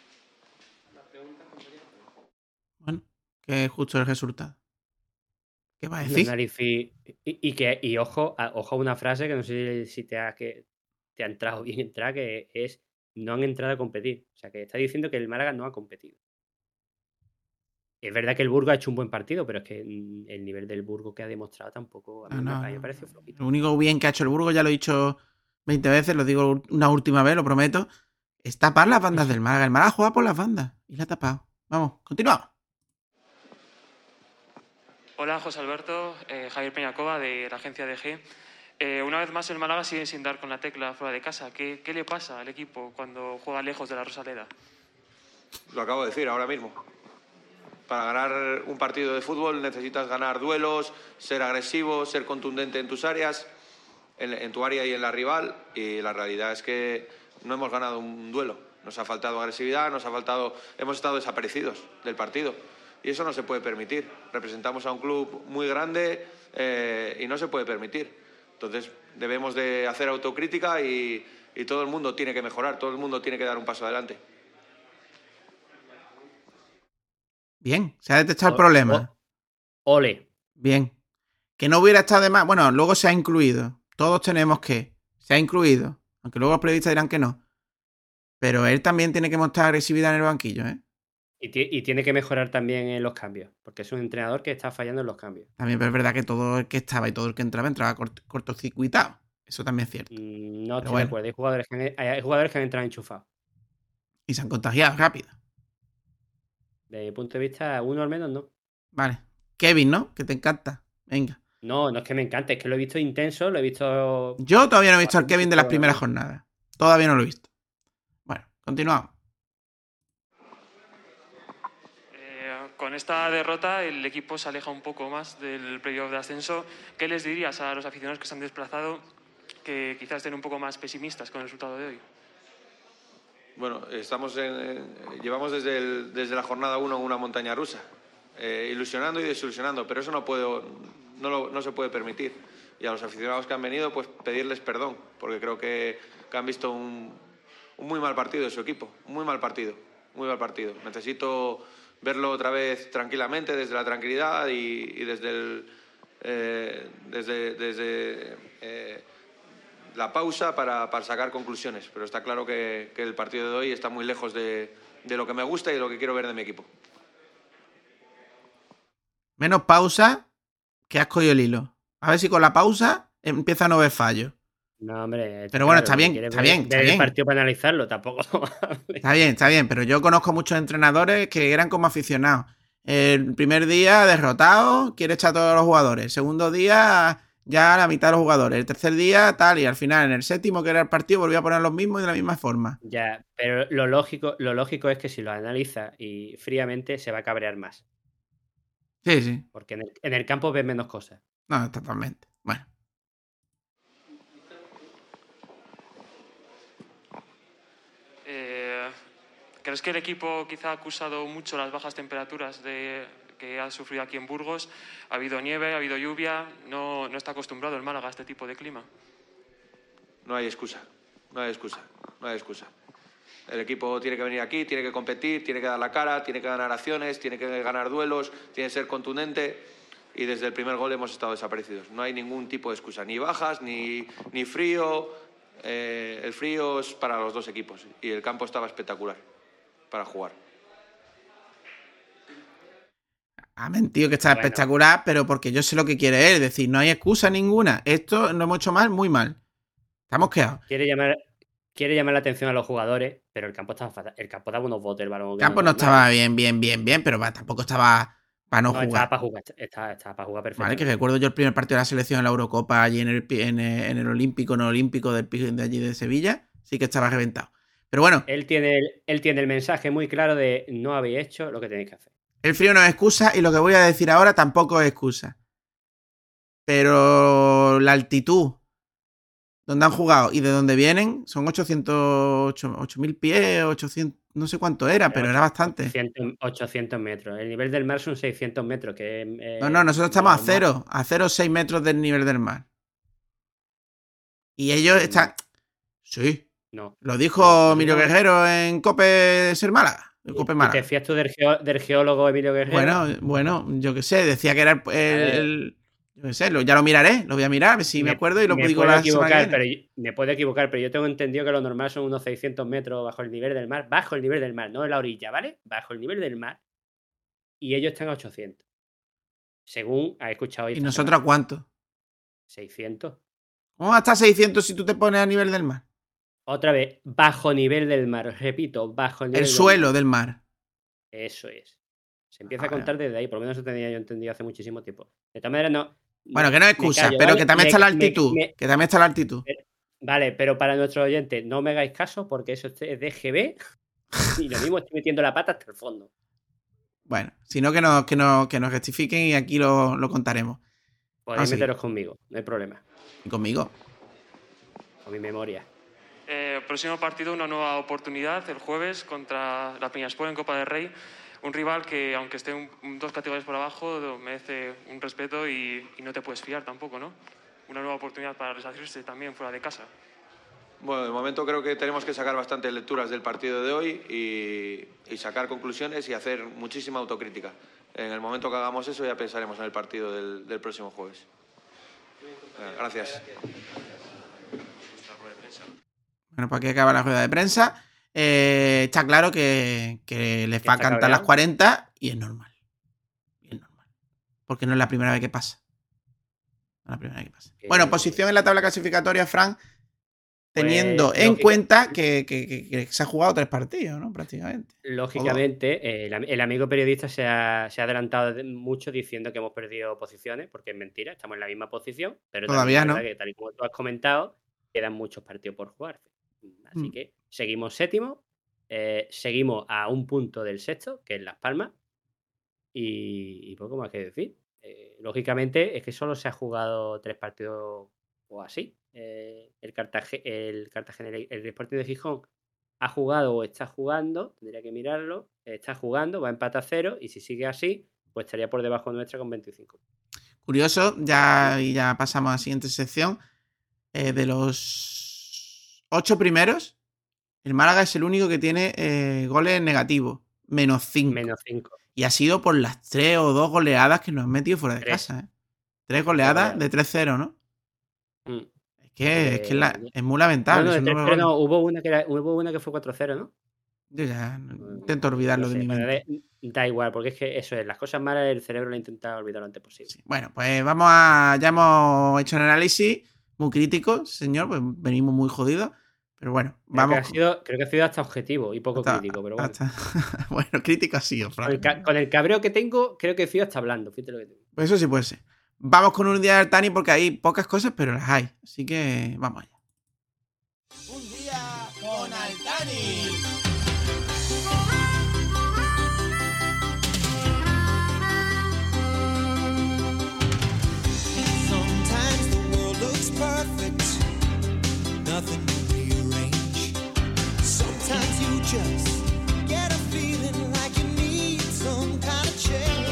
Bueno, que es justo el resultado. ¿Qué va a decir? Y ojo a una frase que no sé si te ha entrado bien entrar, que es: no han entrado a competir. O sea, que está diciendo que el Málaga no ha competido. Es verdad que el Burgos ha hecho un buen partido, pero es que el nivel del Burgos que ha demostrado tampoco a mí me parece flojito. Lo único bien que ha hecho el Burgos, ya lo he dicho 20 veces, lo digo una última vez, lo prometo, es tapar las bandas del Málaga. El Málaga juega por las bandas y la ha tapado. Vamos, continuamos. Hola, José Alberto, Javier Peñacova de la agencia DG. Una vez más el Málaga sigue sin dar con la tecla fuera de casa. ¿Qué le pasa al equipo cuando juega lejos de la Rosaleda? Lo acabo de decir ahora mismo. Para ganar un partido de fútbol necesitas ganar duelos, ser agresivo, ser contundente en tus áreas, en tu área y en la rival. Y la realidad es que no hemos ganado un duelo. Nos ha faltado agresividad, hemos estado desaparecidos del partido. Y eso no se puede permitir. Representamos a un club muy grande y no se puede permitir. Entonces debemos de hacer autocrítica y todo el mundo tiene que mejorar, todo el mundo tiene que dar un paso adelante. Bien, se ha detectado el problema. Ole. Bien. Que no hubiera estado de más. Bueno, luego se ha incluido. Todos tenemos que. Se ha incluido. Aunque luego los periodistas dirán que no. Pero él también tiene que mostrar agresividad en el banquillo, ¿eh? Y tiene que mejorar también en los cambios. Porque es un entrenador que está fallando en los cambios. También pero es verdad que todo el que estaba y todo el que entraba cortocircuitado. Eso también es cierto. No estoy de acuerdo. Hay jugadores que han entrado enchufados. Y se han contagiado rápido. Desde mi punto de vista, uno al menos no. Vale. Kevin, ¿no? Que te encanta. Venga. No es que me encante, es que lo he visto intenso, lo he visto... Yo todavía no he visto al Kevin de las primeras jornadas. Todavía no lo he visto. Bueno, continuamos. Con esta derrota el equipo se aleja un poco más del playoff de ascenso. ¿Qué les dirías a los aficionados que se han desplazado que quizás estén un poco más pesimistas con el resultado de hoy? Bueno, llevamos desde la jornada 1 una montaña rusa, ilusionando y desilusionando, pero eso no se puede permitir. Y a los aficionados que han venido, pues pedirles perdón, porque creo que han visto un muy mal partido de su equipo, muy mal partido. Necesito verlo otra vez tranquilamente, desde la tranquilidad y desde la pausa para sacar conclusiones. Pero está claro que el partido de hoy está muy lejos de lo que me gusta y de lo que quiero ver de mi equipo. Menos pausa que has cogido el hilo. A ver si con la pausa empieza a no ver fallos. No, hombre. Pero bueno, está bien. El partido para analizarlo tampoco. Está bien, pero yo conozco muchos entrenadores que eran como aficionados. El primer día derrotado, quiere echar a todos los jugadores. El segundo día ya a la mitad de los jugadores. El tercer día tal, y al final en el séptimo, que era el partido, volvió a poner los mismos y de la misma forma. Ya, pero lo lógico es que si lo analiza y fríamente se va a cabrear más. Sí. Porque en el campo ves menos cosas. No, totalmente. Bueno. ¿Crees que el equipo quizá ha acusado mucho las bajas temperaturas que ha sufrido aquí en Burgos? Ha habido nieve, ha habido lluvia. No está acostumbrado el Málaga a este tipo de clima. No hay excusa. El equipo tiene que venir aquí, tiene que competir, tiene que dar la cara, tiene que ganar acciones, tiene que ganar duelos, tiene que ser contundente. Y desde el primer gol hemos estado desaparecidos. No hay ningún tipo de excusa, ni bajas, ni frío. El frío es para los dos equipos y el campo estaba espectacular para jugar. Ha mentido que está espectacular, pero porque yo sé lo que quiere él. Es decir, no hay excusa ninguna. Esto lo hemos hecho mal, muy mal. Estamos quedados. Quiere llamar la atención a los jugadores, pero el campo estaba fatal. El campo daba unos botes, el balón. El campo no estaba bien, pero tampoco estaba para no jugar. Estaba para jugar perfecto. Vale, que recuerdo yo el primer partido de la selección en la Eurocopa allí en el Olímpico, no Olímpico de allí de Sevilla, sí que estaba reventado. Pero bueno. Él tiene el mensaje muy claro de no habéis hecho lo que tenéis que hacer. El frío no es excusa y lo que voy a decir ahora tampoco es excusa. Pero la altitud donde han jugado y de donde vienen son 8.000 pies, 800, no sé cuánto era, pero era bastante. 800 metros. El nivel del mar son 600 metros. No, nosotros estamos a 0,6 metros del nivel del mar. Y ellos están... Sí. No. Lo dijo Emilio Guerrero en Cope Ser Málaga. Cope Málaga. ¿Te fías tú del geólogo Emilio Guerrero? Bueno, yo qué sé, decía que era yo qué sé, ya lo miraré, lo voy a mirar, a ver si me acuerdo y lo digo la semana que viene. Me puedo equivocar, pero yo tengo entendido que lo normal son unos 600 metros bajo el nivel del mar. Bajo el nivel del mar, no en la orilla, ¿vale? Bajo el nivel del mar. Y ellos están a 800. Según ha escuchado hoy. ¿Y nosotros a cuánto? 600. ¿Cómo hasta 600 si tú te pones a nivel del mar? Otra vez, bajo nivel del mar. Repito, bajo el nivel del mar. El suelo del mar. Eso es. Se empieza a contar desde ahí. Por lo menos eso tenía yo entendido hace muchísimo tiempo. De todas maneras, no. Bueno, que no es excusa, pero que también está la altitud. Que también está la altitud. Vale, pero para nuestros oyentes, no me hagáis caso porque eso es DGB y lo mismo estoy metiendo la pata hasta el fondo. Bueno, si no, que nos rectifiquen y aquí lo contaremos. Podéis meteros conmigo, no hay problema. ¿Y conmigo? Con mi memoria. Próximo partido, una nueva oportunidad el jueves contra la Peñaspor en Copa del Rey. Un rival que, aunque esté 2 categorías por abajo, merece un respeto y no te puedes fiar tampoco, ¿no? Una nueva oportunidad para resarcirse también fuera de casa. Bueno, de momento creo que tenemos que sacar bastantes lecturas del partido de hoy y sacar conclusiones y hacer muchísima autocrítica. En el momento que hagamos eso ya pensaremos en el partido del próximo jueves. Gracias. Bueno, pues aquí acaba la rueda de prensa. Está claro que les va a cantar las 40 y es normal. Porque no es la primera vez que pasa. Bueno, posición en la tabla clasificatoria, Fran, teniendo en cuenta que se ha jugado 3 partidos, ¿no? Prácticamente. Lógicamente, el amigo periodista se ha adelantado mucho diciendo que hemos perdido posiciones, porque es mentira, estamos en la misma posición, pero todavía no. Que, tal y como tú has comentado, quedan muchos partidos por jugar. Así que seguimos séptimo, seguimos a un punto del sexto, que es Las Palmas, y poco más que decir. Lógicamente es que solo se ha jugado 3 partidos o así. El Sporting de Gijón ha jugado o está jugando, tendría que mirarlo, está jugando, va a empatar 0 y si sigue así, pues estaría por debajo nuestra con 25. Curioso, ya pasamos a la siguiente sección. De los 8 primeros, el Málaga es el único que tiene goles negativos, -5. Y ha sido por las 3 o 2 goleadas que nos han metido fuera de casa, ¿eh? 3 goleadas de 3-0, ¿no? Es que es muy lamentable. Hubo una que fue 4-0, ¿no? Yo ya intento olvidarlo de mi mente. Da igual, porque es que eso es, las cosas malas el cerebro lo ha intentado olvidar lo antes posible. Sí. Bueno, pues ya hemos hecho un análisis muy crítico, señor, pues venimos muy jodidos. Pero bueno, vamos. Creo que ha sido hasta objetivo y poco crítico, pero bueno. Bueno, crítico ha sido, Frank. Con el cabreo que tengo, creo que he sido hasta hablando. Fíjate lo que tengo. Pues eso sí puede ser. Vamos con un día de Altani porque hay pocas cosas, pero las hay. Así que vamos allá. Un día con Altani. Sometimes the world looks perfect. Nothing to rearrange. Sometimes you just get a feeling like you need some kind of change.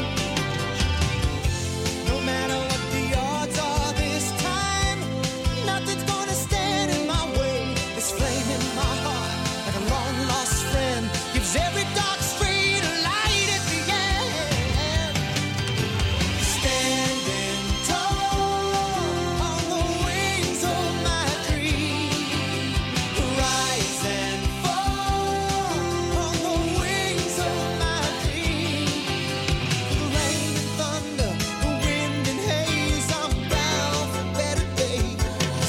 No matter what the odds are this time, nothing's gonna stand in my way. This flame in my heart, like a long lost friend, gives every dark street a light at the end. Standing tall on the wings of my dream, rise and fall on the wings of my dream. The rain and thunder, the wind and haze, I'm bound for better days.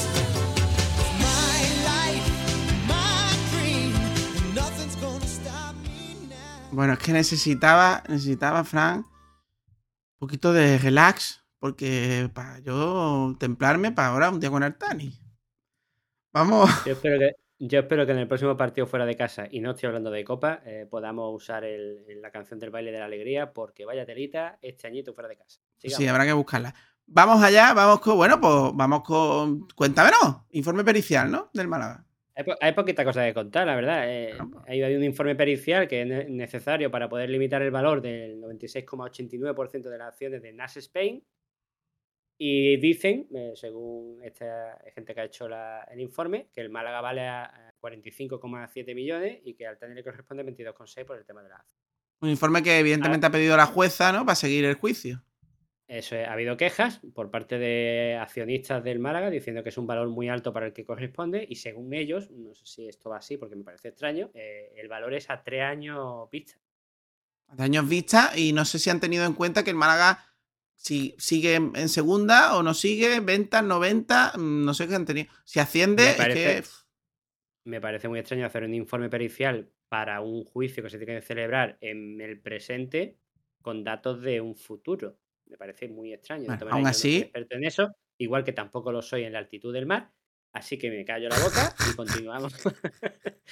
My life, my dream, and nothing's gonna stop me now. Bueno, es que necesitaba, Fran, un poquito de relax, porque para yo templarme para ahora un día con Altani. Vamos. Yo espero que en el próximo partido fuera de casa, y no estoy hablando de Copa, podamos usar la canción del baile de la alegría, porque vaya telita este añito fuera de casa. Sigamos. Sí, habrá que buscarla. Vamos allá, vamos con. Cuéntamelo. Informe pericial, ¿no? Del Málaga. Hay poquita cosa que contar, la verdad. Hay un informe pericial que es necesario para poder limitar el valor del 96,89% de las acciones de Nash Spain. Y dicen, según esta gente que ha hecho el informe, que el Málaga vale a 45,7 millones y que al Altani le corresponde 22,6 por el tema de la acción. Un informe que evidentemente ha pedido la jueza, ¿no? Para seguir el juicio. Eso es, ha habido quejas por parte de accionistas del Málaga diciendo que es un valor muy alto para el que corresponde y según ellos, no sé si esto va así porque me parece extraño, el valor es a 3 años vista. A 3 años vista y no sé si han tenido en cuenta que el Málaga si sigue en segunda o no sigue, ventas, no ventas, no sé qué han tenido. Si asciende, Me parece muy extraño hacer un informe pericial para un juicio que se tiene que celebrar en el presente con datos de un futuro. Me parece muy extraño. Bueno, aún aún así, así, no soy experto en eso, igual que tampoco lo soy en la altitud del mar, así que me callo la boca y continuamos.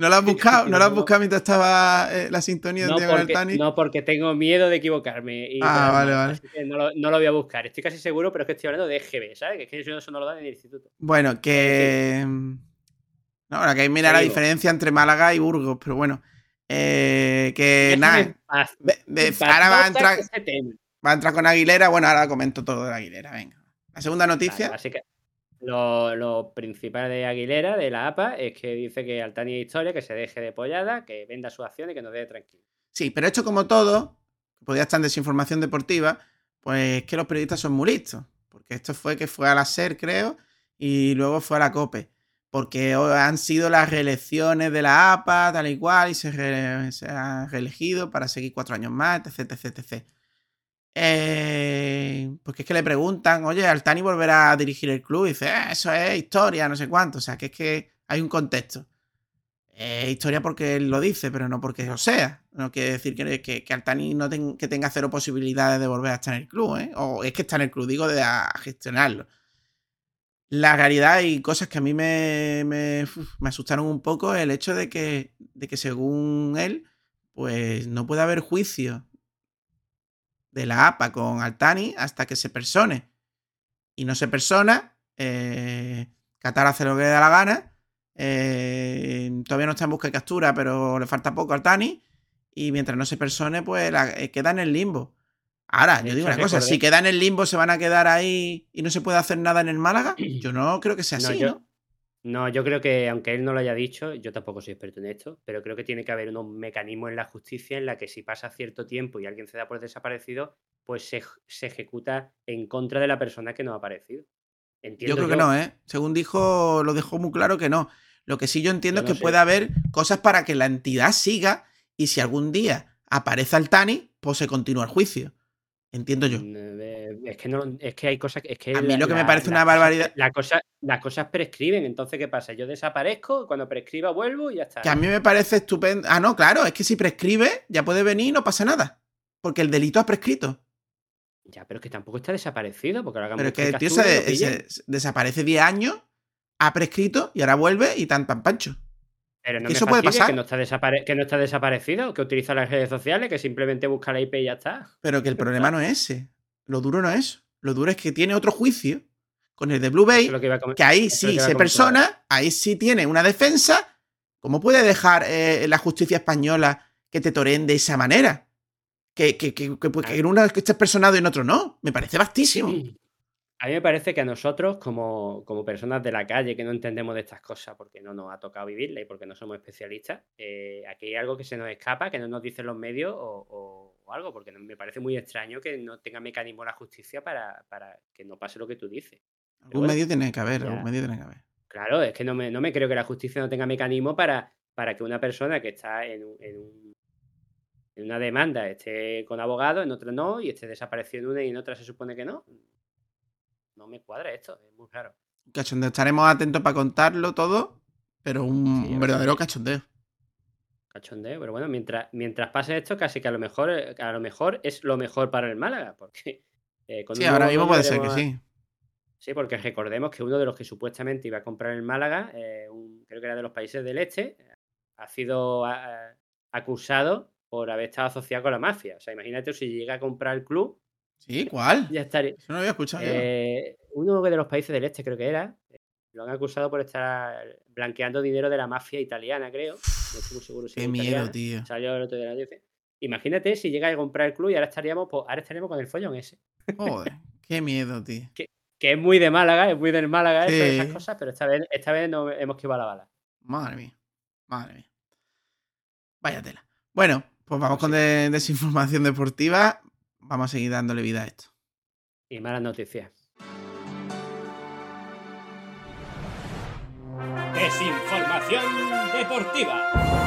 ¿No lo has buscado? ¿No lo has buscado mientras estaba la sintonía de Diagonal Tani? No, porque tengo miedo de equivocarme. Vale. Así que no lo voy a buscar. Estoy casi seguro, pero es que estoy hablando de EGB, ¿sabes? Que es que eso no lo dan en el instituto. Bueno, que... No, ahora que hay que mirar la Te digo. diferencia entre Málaga y Burgos, pero bueno. Que nada. Ahora va a entrar... Ese tema. Va a entrar con Aguilera. Bueno, ahora comento todo de la Aguilera. Venga. La segunda noticia. Vale, así que lo principal de Aguilera, de la APA, es que dice que Altani es historia, que se deje de pollada, que venda sus acciones y que nos deje tranquilo. Sí, pero esto como todo, que podía estar en desinformación deportiva, pues que los periodistas son muy listos. Porque esto fue a la SER, creo, y luego fue a la COPE. Porque han sido las reelecciones de la APA, tal y cual, y se ha reelegido para seguir 4 años más, etc. Porque es que le preguntan, oye, Altani volverá a dirigir el club, y dice, eso es historia, no sé cuánto. O sea, que es que hay un contexto. Es historia porque él lo dice, pero no porque lo sea. No quiere decir que Altani que tenga 0 posibilidades de volver a estar en el club, ¿eh? O es que está en el club, digo, a gestionarlo. La realidad y cosas que a mí me asustaron un poco, el hecho de que según él, pues no puede haber juicio de la APA con Altani hasta que se persone. Y no se persona, Qatar hace lo que le da la gana, todavía no está en busca y captura, pero le falta poco a Altani, y mientras no se persone, pues queda en el limbo. Ahora, yo digo una cosa, si queda en el limbo, ¿se van a quedar ahí y no se puede hacer nada en el Málaga? Yo no creo que sea así, ¿no? No, yo creo que, aunque él no lo haya dicho, yo tampoco soy experto en esto, pero creo que tiene que haber unos mecanismos en la justicia en la que si pasa cierto tiempo y alguien se da por desaparecido, pues se ejecuta en contra de la persona que no ha aparecido. Yo creo que no, ¿eh? Según dijo, lo dejó muy claro que no. Lo que sí yo entiendo es que puede haber cosas para que la entidad siga y si algún día aparece Altani, pues se continúa el juicio. Entiendo yo. Es que hay cosas... Es que a mí lo que me parece una barbaridad... Las cosas prescriben, entonces ¿qué pasa? Yo desaparezco, cuando prescriba vuelvo y ya está. Que a mí me parece estupendo... Ah, no, claro, es que si prescribe ya puede venir y no pasa nada. Porque el delito ha prescrito. Ya, pero es que tampoco está desaparecido. Porque ahora pero es que el tío se desaparece 10 años, ha prescrito y ahora vuelve y tan pancho. Pero no eso puede pasar. Que no está desaparecido, que utiliza las redes sociales, que simplemente busca la IP y ya está. Pero que el problema no es ese. Lo duro no es eso. Lo duro es que tiene otro juicio con el de Blue Bay, que ahí sí se persona, ahí sí tiene una defensa. ¿Cómo puede dejar la justicia española que te toreen de esa manera? Que en uno estés personado y en otro no. Me parece vastísimo. A mí me parece que a nosotros, como personas de la calle que no entendemos de estas cosas porque no nos ha tocado vivirla y porque no somos especialistas, aquí hay algo que se nos escapa, que no nos dicen los medios o algo, porque me parece muy extraño que no tenga mecanismo la justicia para que no pase lo que tú dices. Algún medio tiene que haber, algún medio tiene que haber. Claro, es que no me creo que la justicia no tenga mecanismo para que una persona que está en una demanda esté con abogado, en otra no, y esté desaparecido en una y en otra se supone que no. No me cuadra esto, es muy raro. Cachondeo, estaremos atentos para contarlo todo, pero un verdadero cachondeo. Cachondeo, pero bueno, mientras pase esto, casi que a lo mejor es lo mejor para el Málaga, porque sí, ahora mismo puede ser que sí. Sí, porque recordemos que uno de los que supuestamente iba a comprar el Málaga, creo que era de los países del este, ha sido acusado por haber estado asociado con la mafia. O sea, imagínate si llega a comprar el club. ¿Sí? ¿Cuál? Ya estaría. Eso no había escuchado uno de los países del este, creo que era. Lo han acusado por estar blanqueando dinero de la mafia italiana, creo. No estoy muy seguro si qué miedo, italiana. Tío. Salió el otro día de la noticia. Imagínate si llega a comprar el club y ahora estaríamos con el follón ese. Joder, qué miedo, tío. Que es muy de Málaga, es muy del Málaga eso, esas cosas, pero esta vez no hemos esquivado la bala. Madre mía. Vaya tela. Bueno, pues vamos con desinformación deportiva. Vamos a seguir dándole vida a esto. Y malas noticias. Desinformación deportiva.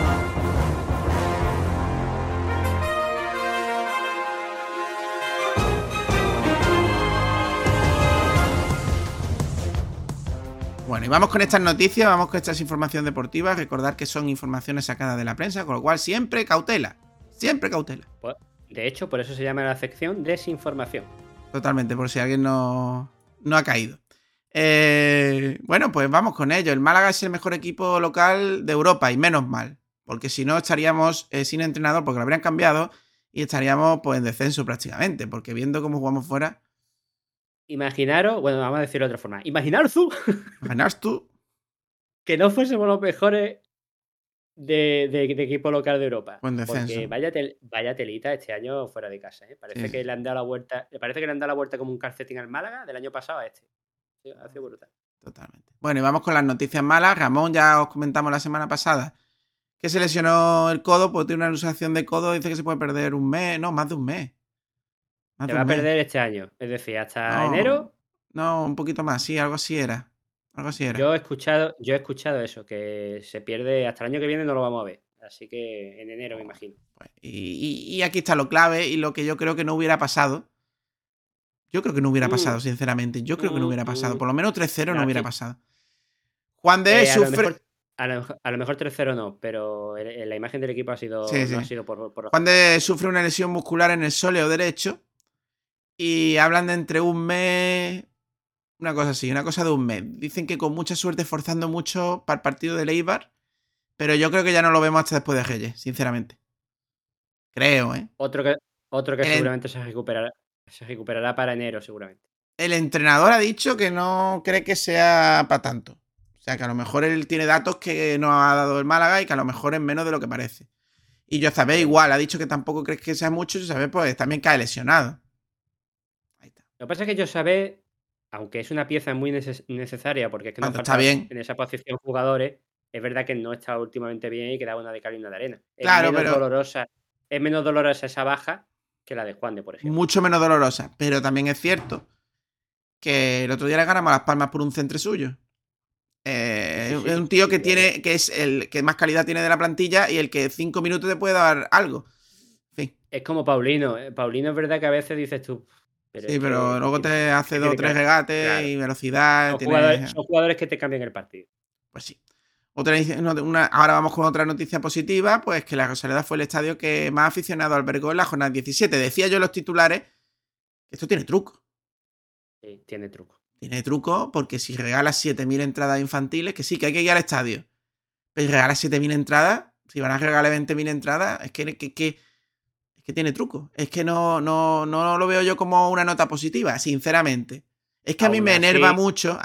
Bueno, y vamos con estas noticias, vamos con estas informaciones deportivas. Recordar que son informaciones sacadas de la prensa, con lo cual siempre cautela. Siempre cautela. Pues, de hecho, por eso se llama la sección desinformación. Totalmente, por si alguien no ha caído. Bueno, pues vamos con ello. El Málaga es el mejor equipo local de Europa y menos mal, porque si no estaríamos sin entrenador porque lo habrían cambiado y estaríamos pues en descenso prácticamente, porque viendo cómo jugamos fuera, Imaginaros, bueno, vamos a decirlo de otra forma. Imaginaros tú ganas tú. que no fuésemos los mejores de equipo local de Europa. Buen descenso. Porque vaya telita este año fuera de casa, ¿eh? Parece Sí, que sí. le han dado la vuelta. Parece que le han dado la vuelta como un calcetín al Málaga del año pasado a este. Sí, ha sido brutal. Totalmente. Bueno, y vamos con las noticias malas. Ramón, ya os comentamos la semana pasada que se lesionó el codo, pues tiene una luxación de codo, dice que se puede perder un mes, no, más de un mes. Más Se de va a un mes. perder este año. Es decir, hasta No, enero. no, un poquito más, sí, algo así era. Algo así era. Yo he escuchado eso, que se pierde hasta el año que viene, no lo vamos a ver. Así que en enero, me imagino. Pues, y aquí está lo clave y lo que yo creo que no hubiera pasado. Yo creo que no hubiera pasado, sinceramente. Yo creo que no hubiera pasado. Por lo menos 3-0 no hubiera pasado. Juan de sufre. A lo mejor 3-0 no, pero la imagen del equipo ha sido, Sí, sí. no ha sido por Juan de sufre una lesión muscular en el sóleo derecho y hablan de entre un mes, una cosa así, una cosa de un mes. Dicen que con mucha suerte, forzando mucho para el partido de Eibar, pero yo creo que ya no lo vemos hasta después de Reyes, sinceramente. Creo, ¿eh? Otro que El- seguramente se recuperará para enero, seguramente. El entrenador ha dicho que no cree que sea para tanto. O sea, que a lo mejor él tiene datos que no ha dado el Málaga y que a lo mejor es menos de lo que parece. Y Jozabé igual, ha dicho que tampoco crees que sea mucho, Jozabé pues también cae lesionado. Ahí está. Lo que pasa es que Jozabé, aunque es una pieza muy necesaria, porque es que nos Cuando está faltan bien. en esa posición jugadores, es verdad que no está últimamente bien y que da una de cal y una de arena. Claro, pero- Es menos dolorosa esa baja que la de Juan de, por ejemplo. Mucho menos dolorosa. Pero también es cierto que el otro día le ganamos a Las Palmas por un centro suyo. Sí, Es un tío que sí, tiene, que es el que más calidad tiene de la plantilla y el que 5 minutos te puede dar algo. En fin. Es como Paulino. Paulino es verdad que a veces dices tú. Sí, es pero que- luego te hace que 2 o tiene 3 que- regates claro. y velocidad. Son jugadores que te cambian el partido. Pues sí. Ahora vamos con otra noticia positiva, pues que la Rosaleda fue el estadio que más aficionado albergó en la jornada 17. Decía yo en los titulares que esto tiene truco. Sí, tiene truco. Tiene truco porque si regalas 7.000 entradas infantiles, que sí, que hay que ir al estadio, pero si regalas 7.000 entradas, si van a regalar 20.000 entradas, es que tiene truco. Es que no lo veo yo como una nota positiva, sinceramente. Es que a mí me enerva mucho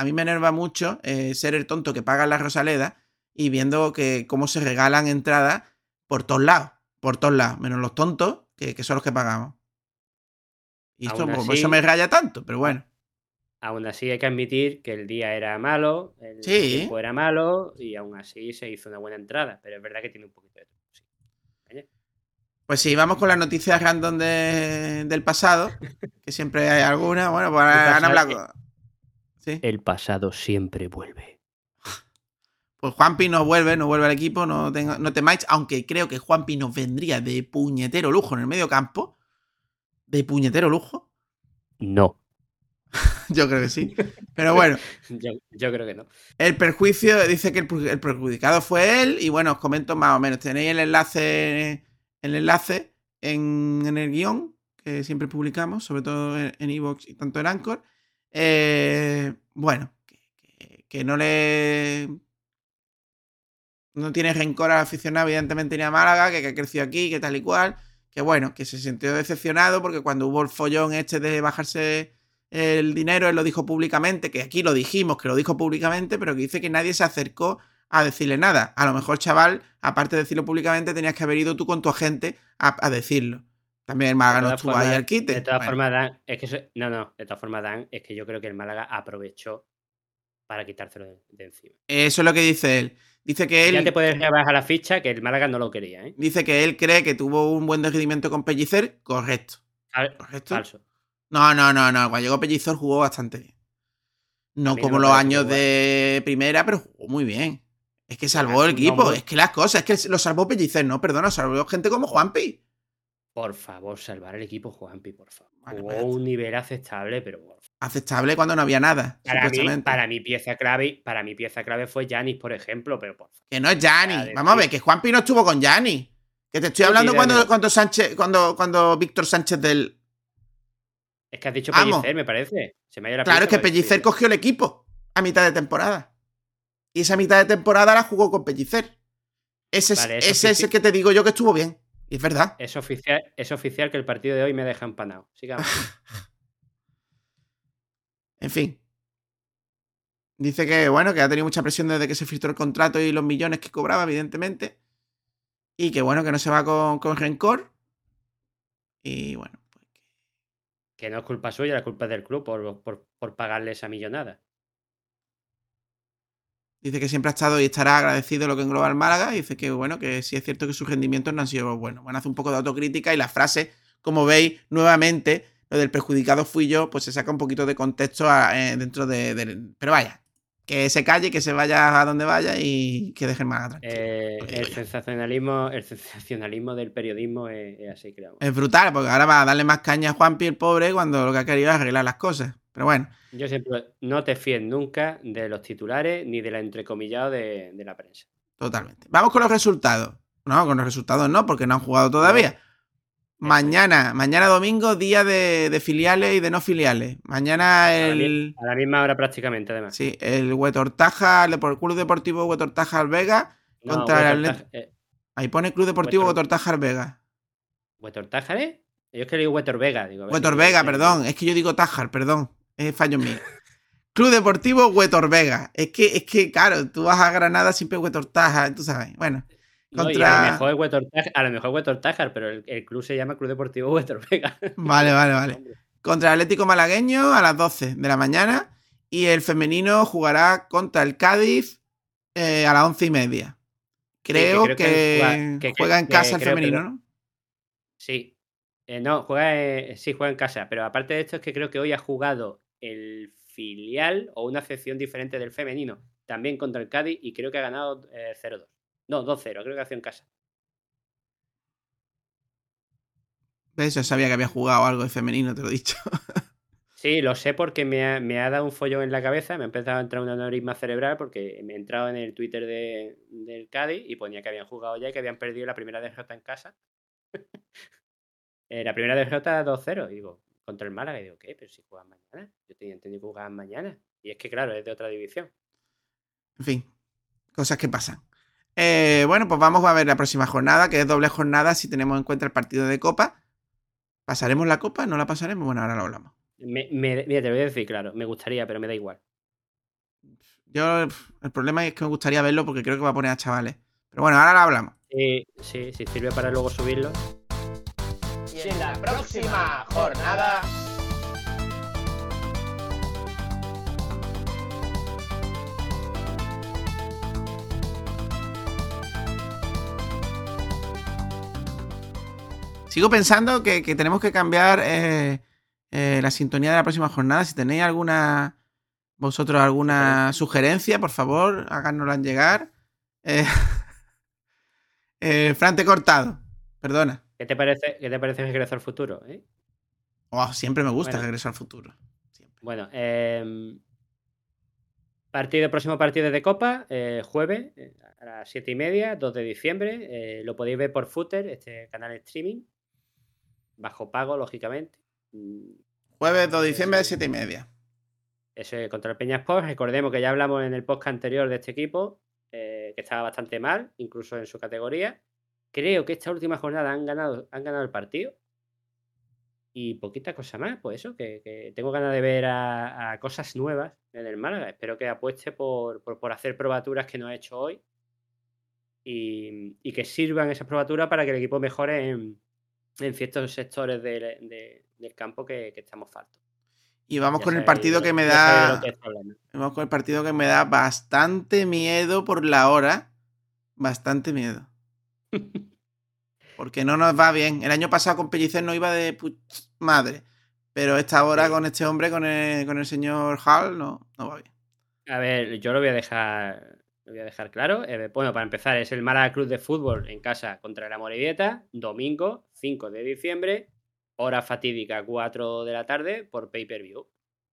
ser el tonto que paga en la Rosaleda y viendo que cómo se regalan entradas por todos lados, menos los tontos que son los que pagamos. Y esto, Aún por así- eso me raya tanto, pero bueno. Aún así hay que admitir que el día era malo, el Sí. tiempo era malo y aún así se hizo una buena entrada. Pero es verdad que tiene un poquito de truco. Sí. Pues sí, vamos con las noticias random del pasado, que siempre hay alguna. Bueno, pues han hablado. ¿Sí? El pasado siempre vuelve. Pues Juanpi no vuelve al equipo, no temáis, aunque creo que Juanpi nos vendría de puñetero lujo en el medio campo. De puñetero lujo. No. Yo creo que sí. Pero bueno, Yo creo que no. el perjuicio dice que el perjudicado fue él. Y bueno, os comento más o menos. Tenéis el enlace en el guión, que siempre publicamos, sobre todo en iVoox y tanto en Anchor. Bueno, que no tiene rencor al aficionado, evidentemente, ni a Málaga, que ha crecido aquí, que tal y cual. Que bueno, que se sintió decepcionado porque cuando hubo el follón este de bajarse el dinero, él lo dijo públicamente, que aquí lo dijimos, que lo dijo públicamente, pero que dice que nadie se acercó a decirle nada. A lo mejor, chaval, aparte de decirlo públicamente, tenías que haber ido tú con tu agente a decirlo. También el Málaga no estuvo ahí al quite. De todas Bueno, formas, Dan, es que de todas formas, Dan, es que yo creo que el Málaga aprovechó para quitárselo de encima. eso es lo que dice él. Dice que él Ya te puedes rebajar la ficha que el Málaga no lo quería, ¿eh? dice que él cree que tuvo un buen rendimiento con Pellicer. Correcto. ¿Correcto? Falso. No. Cuando llegó Pellicer jugó bastante bien. No A mí no como me los parece años que de primera, pero jugó muy bien. Es que salvó el equipo. no, Es que las cosas, es que lo salvó Pellicer, no, perdona, salvó gente como Juanpi. Por favor, salvar el equipo, Juanpi, por favor. Vale, Jugó pues ya está. un nivel aceptable, pero por favor. Aceptable cuando no había nada, Para mí, supuestamente. para mi pieza clave fue Yanis, por ejemplo, pero por favor. Que no es Gianni. A decir- Vamos a ver, que Juanpi no estuvo con Gianni. Que te estoy No, hablando sí, cuando Víctor Sánchez del... Es que has dicho Vamos. Pellicer, me parece. Se me ha ido la Claro, es pinza que porque Pellicer cogió el equipo. a mitad de temporada. Y esa mitad de temporada la jugó con Pellicer. Ese Vale, es el que te digo yo que estuvo bien. Y es verdad. Es oficial que el partido de hoy me deja empanado. Sigamos. En fin. Dice que, bueno, que ha tenido mucha presión desde que se filtró el contrato y los millones que cobraba, evidentemente. Y que, bueno, que no se va con rencor. Y, bueno, pues... Que no es culpa suya, la culpa es del club por pagarle esa millonada. Dice que siempre ha estado y estará agradecido de lo que engloba el Málaga. Y dice que, bueno, que sí es cierto que sus rendimientos no han sido buenos. Bueno, hace un poco de autocrítica y la frase, como veis, nuevamente, lo del perjudicado fui yo, pues se saca un poquito de contexto dentro de... Pero vaya, que se calle, que se vaya a donde vaya y que deje el Málaga tranquilo. El sensacionalismo del periodismo es así, creo. Es brutal, porque ahora va a darle más caña a Juanpi, el pobre, cuando lo que ha querido es arreglar las cosas. Pero bueno. Yo siempre no te fíes nunca de los titulares ni de la entrecomillado de la prensa. Totalmente. Vamos con los resultados. No, con los resultados no, porque no han jugado todavía. Mañana domingo, día de filiales y de no filiales. Mañana A la misma hora prácticamente, además. Sí, el Huetortaja, el Club Deportivo Huetortaja Alvega contra el Ahí pone Club Deportivo Huetortaja Alvega. ¿Huetortájare? Yo es que le digo Huetorvega. Huetorvega, perdón. Es que yo digo Tájar, perdón. Es fallo mío. Club Deportivo Huetorvega. Es que, claro, tú vas a Granada siempre Huetortaja, tú sabes. Bueno. Contra... No, a lo mejor Huetortájar, pero el club se llama Club Deportivo Huetorvega. Vale. Contra el Atlético Malagueño a las 12 de la mañana. Y el femenino jugará contra el Cádiz a las 11:30. Creo que juega en casa el femenino, ¿no? Sí. No, juega en casa. Pero aparte de esto es que creo que hoy ha jugado el filial o una sección diferente del femenino. También contra el Cádiz y creo que ha ganado 0-2. No, 2-0, creo que ha sido en casa. ¿Ves? Yo sabía que había jugado algo de femenino, te lo he dicho. Sí, lo sé porque me ha dado un follón en la cabeza, me ha empezado a entrar un aneurisma cerebral porque me he entrado en el Twitter del Cádiz y ponía que habían jugado ya y que habían perdido la primera derrota en casa. La primera derrota 2-0, digo, contra el Málaga. Y digo, ¿qué? Pero si juegan mañana. Yo tenía entendido que jugaban mañana. Y es que, claro, es de otra división. En fin, cosas que pasan. Bueno, pues vamos a ver la próxima jornada, que es doble jornada si tenemos en cuenta el partido de Copa. ¿Pasaremos la Copa? ¿No la pasaremos? Bueno, ahora lo hablamos. Mira, te voy a decir, claro, me gustaría, pero me da igual. Yo, el problema es que me gustaría verlo porque creo que va a poner a chavales. Pero bueno, ahora lo hablamos. Sí, sirve para luego subirlo. Y en la próxima jornada... Sigo pensando que tenemos que cambiar la sintonía de la próxima jornada. Si tenéis vosotros alguna sugerencia, por favor, háganosla llegar. Fran, te he cortado. Perdona. ¿Qué te parece Regreso al Futuro? Siempre me gusta Regreso al Futuro. Siempre. Bueno, próximo partido de Copa, jueves, a las 7:30, 2 de diciembre. Lo podéis ver por Footer, este canal de streaming. Bajo pago, lógicamente. Jueves 2 de diciembre, 7:30. Eso es contra el Peñasport. Recordemos que ya hablamos en el podcast anterior de este equipo, que estaba bastante mal, incluso en su categoría. Creo que esta última jornada han ganado el partido. Y poquita cosa más, pues eso, que tengo ganas de ver a cosas nuevas en el Málaga. Espero que apueste por hacer probaturas que no ha hecho hoy y que sirvan esas probaturas para que el equipo mejore en ciertos sectores del campo que estamos faltos. Y vamos con el partido que me da... Vamos con el partido que me da bastante miedo por la hora. Bastante miedo. Porque no nos va bien. El año pasado con Pellicer no iba de madre. Pero esta hora con este hombre, con el señor Hall, no va bien. A ver, yo lo voy a dejar claro. Bueno, para empezar, es el Málaga Club de Fútbol en casa contra el Amorebieta, domingo 5 de diciembre, hora fatídica 4 de la tarde por pay-per-view.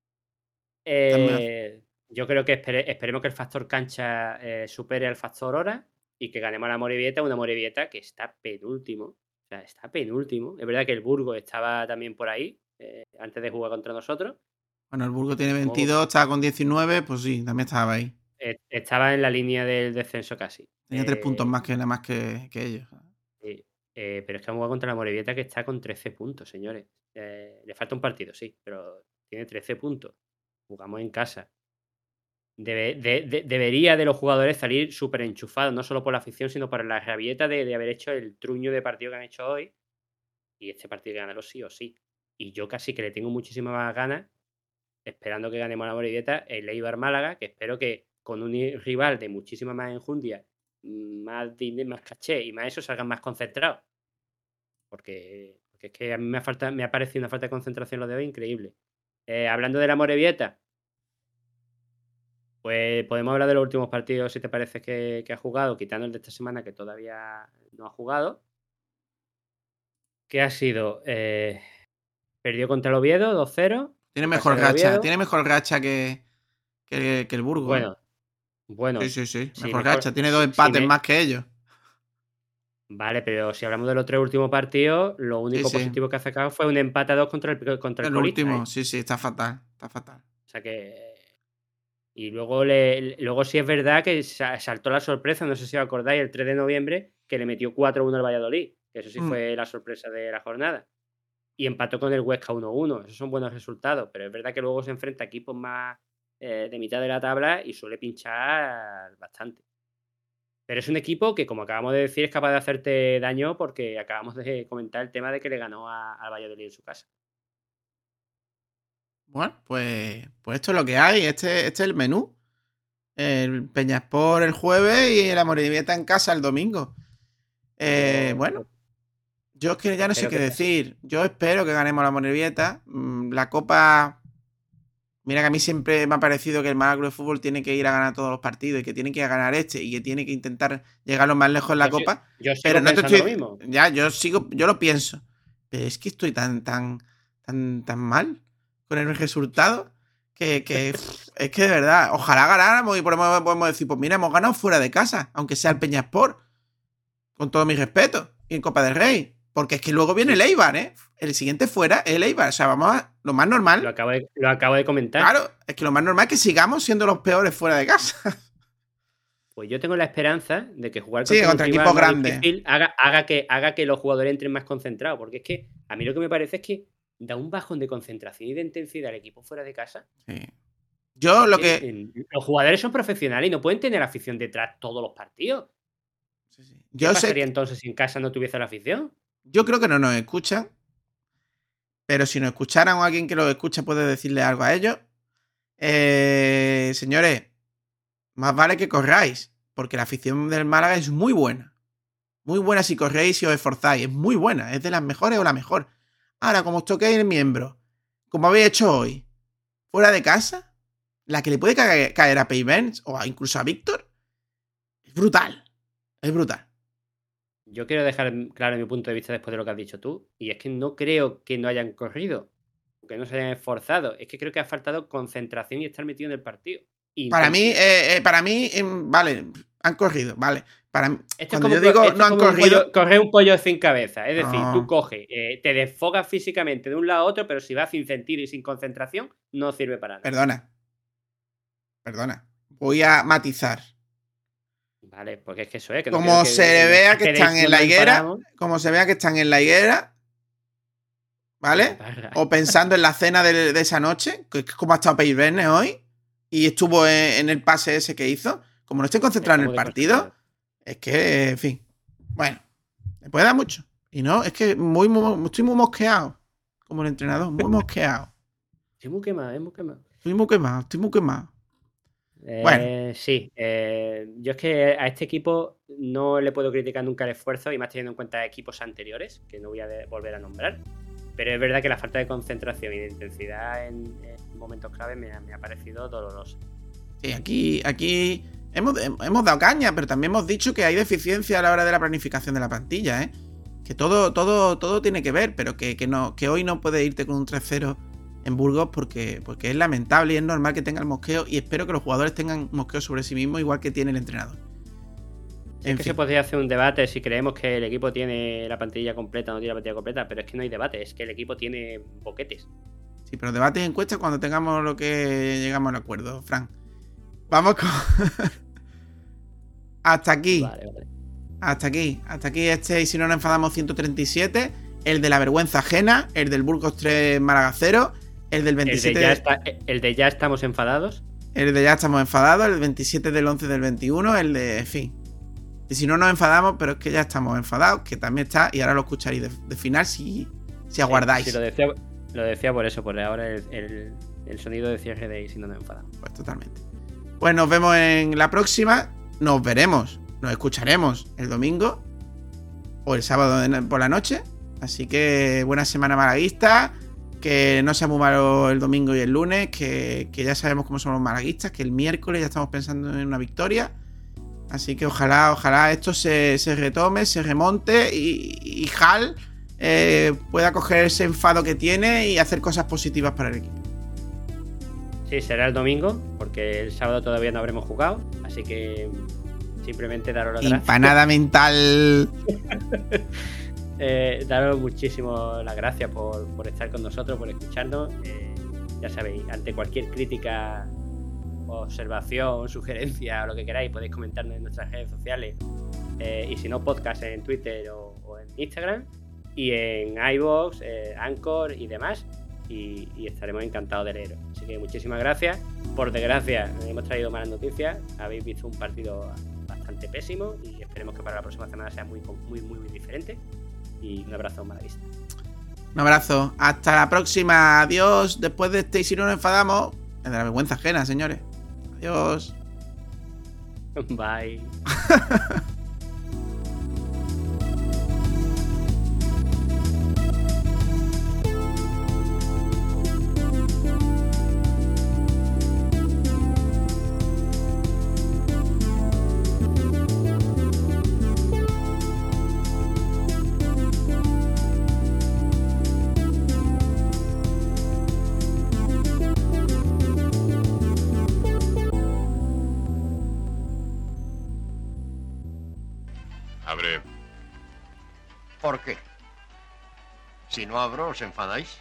Yo creo que esperemos que el factor cancha supere al factor hora y que ganemos a la Amorebieta, una Amorebieta que está penúltimo. O sea, está penúltimo. Es verdad que el Burgos estaba también por ahí, antes de jugar contra nosotros. Bueno, el Burgos tiene 22, estaba con 19, pues sí, también estaba ahí. Estaba en la línea del descenso casi. Tenía 3 puntos más que nada más que ellos. Sí. Pero es que han jugado contra la Morevieta, que está con 13 puntos, señores. Le falta un partido, sí, pero tiene 13 puntos. Jugamos en casa. Debería de los jugadores salir súper enchufados, no solo por la afición, sino por la rabieta de haber hecho el truño de partido que han hecho hoy. Y este partido hay que ganarlo sí o sí. Y yo casi que le tengo muchísimas más ganas, esperando que ganemos la Morevieta, el Eibar Málaga, que espero que con un rival de muchísima más enjundia, más caché y más eso, salgan más concentrados. Porque es que a mí me ha parecido una falta de concentración lo de hoy increíble. Hablando de la Morevieta, pues podemos hablar de los últimos partidos, si te parece que ha jugado, quitando el de esta semana que todavía no ha jugado. Que ha sido, perdió contra el Oviedo 2-0. Tiene mejor racha que el Burgos. Bueno. Sí. Mejor racha. Tiene 2 empates más que ellos. Vale, pero si hablamos de los 3 últimos partidos, lo único positivo que ha sacado fue un empate a 2 contra el colista, último, ¿eh? Sí, está fatal. O sea que... Y luego sí es verdad que saltó la sorpresa, no sé si os acordáis, el 3 de noviembre, que le metió 4-1 al Valladolid, que eso sí fue la sorpresa de la jornada. Y empató con el Huesca 1-1, esos son buenos resultados, pero es verdad que luego se enfrenta a equipos más de mitad de la tabla y suele pinchar bastante. Pero es un equipo que, como acabamos de decir, es capaz de hacerte daño porque acabamos de comentar el tema de que le ganó al Valladolid en su casa. Bueno, pues esto es lo que hay. Este es el menú. El Peñaspor el jueves y la Morevieta en casa el domingo. Bueno, yo es que ya no sé qué decir. Yo espero que ganemos la Morevieta. La Copa... Mira que a mí siempre me ha parecido que el Málaga Club de Fútbol tiene que ir a ganar todos los partidos y que tiene que ir a ganar este y que tiene que intentar llegar lo más lejos en la Copa. Pero no te estoy... lo mismo. Ya, yo lo pienso. Pero es que estoy tan mal con el resultado que es que de verdad, ojalá ganáramos y podemos decir, pues mira, hemos ganado fuera de casa, aunque sea el Peñaspor, con todo mi respeto, y en Copa del Rey. Porque es que luego viene el Eibar, ¿eh? El siguiente fuera es el Eibar. O sea, vamos a... Lo más normal... Lo acabo de comentar. Claro, es que lo más normal es que sigamos siendo los peores fuera de casa. Pues yo tengo la esperanza de que jugar contra equipos grandes haga que los jugadores entren más concentrados. Porque es que a mí lo que me parece es que da un bajón de concentración y de intensidad al equipo fuera de casa. Sí. Los jugadores son profesionales y no pueden tener afición detrás todos los partidos. ¿Qué pasaría entonces si en casa no tuviese la afición? Yo creo que no nos escuchan. Pero si nos escucharan o alguien que los escucha puede decirle algo a ellos. Señores, más vale que corráis. Porque la afición del Málaga es muy buena. Muy buena si corréis y os esforzáis. Es muy buena. Es de las mejores o la mejor. Ahora, como os toquéis el miembro, como habéis hecho hoy, fuera de casa, la que le puede caer a Payvens o incluso a Víctor, es brutal. Es brutal. Yo quiero dejar claro mi punto de vista después de lo que has dicho tú, y es que no creo que no hayan corrido, que no se hayan esforzado, es que creo que ha faltado concentración y estar metido en el partido. Para mí, vale, han corrido, vale. Cuando yo digo no han corrido... Correr un pollo sin cabeza, es decir, tú coges, te desfogas físicamente de un lado a otro, pero si vas sin sentir y sin concentración, no sirve para nada. Perdona, voy a matizar. Vale, porque es que eso es. Que como se vea que están en la higuera, ¿vale? O pensando en la cena de esa noche, que es como ha estado País Verne hoy, y estuvo en el pase ese que hizo. Como no estoy concentrado en el partido, es que, en fin. Bueno, me puede dar mucho. Y no, es que estoy muy mosqueado. Como el entrenador, muy mosqueado. Estoy muy quemado. Estoy muy quemado. Bueno. Sí, yo es que a este equipo no le puedo criticar nunca el esfuerzo y más teniendo en cuenta equipos anteriores, que no voy a volver a nombrar, pero es verdad que la falta de concentración y de intensidad en momentos clave me ha parecido dolorosa. Sí, aquí hemos dado caña, pero también hemos dicho que hay deficiencia a la hora de la planificación de la plantilla, ¿eh? Que todo tiene que ver, pero que hoy no puede irte con un 3-0 en Burgos porque es lamentable y es normal que tenga el mosqueo y espero que los jugadores tengan mosqueo sobre sí mismos igual que tiene el entrenador. Es que se podría hacer un debate si creemos que el equipo tiene la plantilla completa o no tiene la plantilla completa, pero es que no hay debate, es que el equipo tiene boquetes. Sí, pero debates y encuestas cuando tengamos lo que llegamos al acuerdo, Fran. Vamos con... Hasta aquí. Vale. Hasta aquí y si no nos enfadamos 137, el de la vergüenza ajena, el del Burgos 3 Málaga 0, el del 27... El de ya estamos enfadados. El de ya estamos enfadados, el 27 del 11 del 21, el de... En fin. Y si no nos enfadamos, pero es que ya estamos enfadados, que también está, y ahora lo escucharéis de final si aguardáis. Sí, lo decía por eso, por ahora el sonido de cierre de si no nos enfadamos. Pues totalmente. Pues nos vemos en la próxima. Nos veremos, nos escucharemos el domingo o el sábado por la noche. Así que buena semana malaguista. Que no sea muy malo el domingo y el lunes. Que ya sabemos cómo somos los malaguistas. Que el miércoles ya estamos pensando en una victoria. Así que ojalá esto se retome, se remonte y Hal pueda coger ese enfado que tiene y hacer cosas positivas para el equipo. Sí, será el domingo, porque el sábado todavía no habremos jugado, así que simplemente daros las gracias. Empanada mental. Daros muchísimo las gracias por estar con nosotros, por escucharnos. Ya sabéis, ante cualquier crítica, observación, sugerencia o lo que queráis, podéis comentarnos en nuestras redes sociales. Y si no, podcast en Twitter o en Instagram. Y en iVoox, Anchor y demás. Y estaremos encantados de leeros. Así que muchísimas gracias. Por desgracia, hemos traído malas noticias. Habéis visto un partido bastante pésimo y esperemos que para la próxima semana sea muy diferente. Y un abrazo malaguista. Un abrazo. Hasta la próxima. Adiós. Después de este, y si no nos enfadamos, es de la vergüenza ajena, señores. Adiós. Bye. Abre. ¿Por qué? Si no abro, ¿os enfadáis?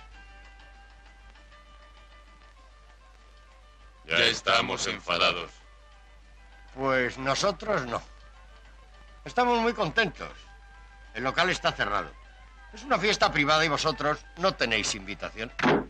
Ya estamos enfadados. Pues nosotros no. Estamos muy contentos. El local está cerrado. Es una fiesta privada y vosotros no tenéis invitación.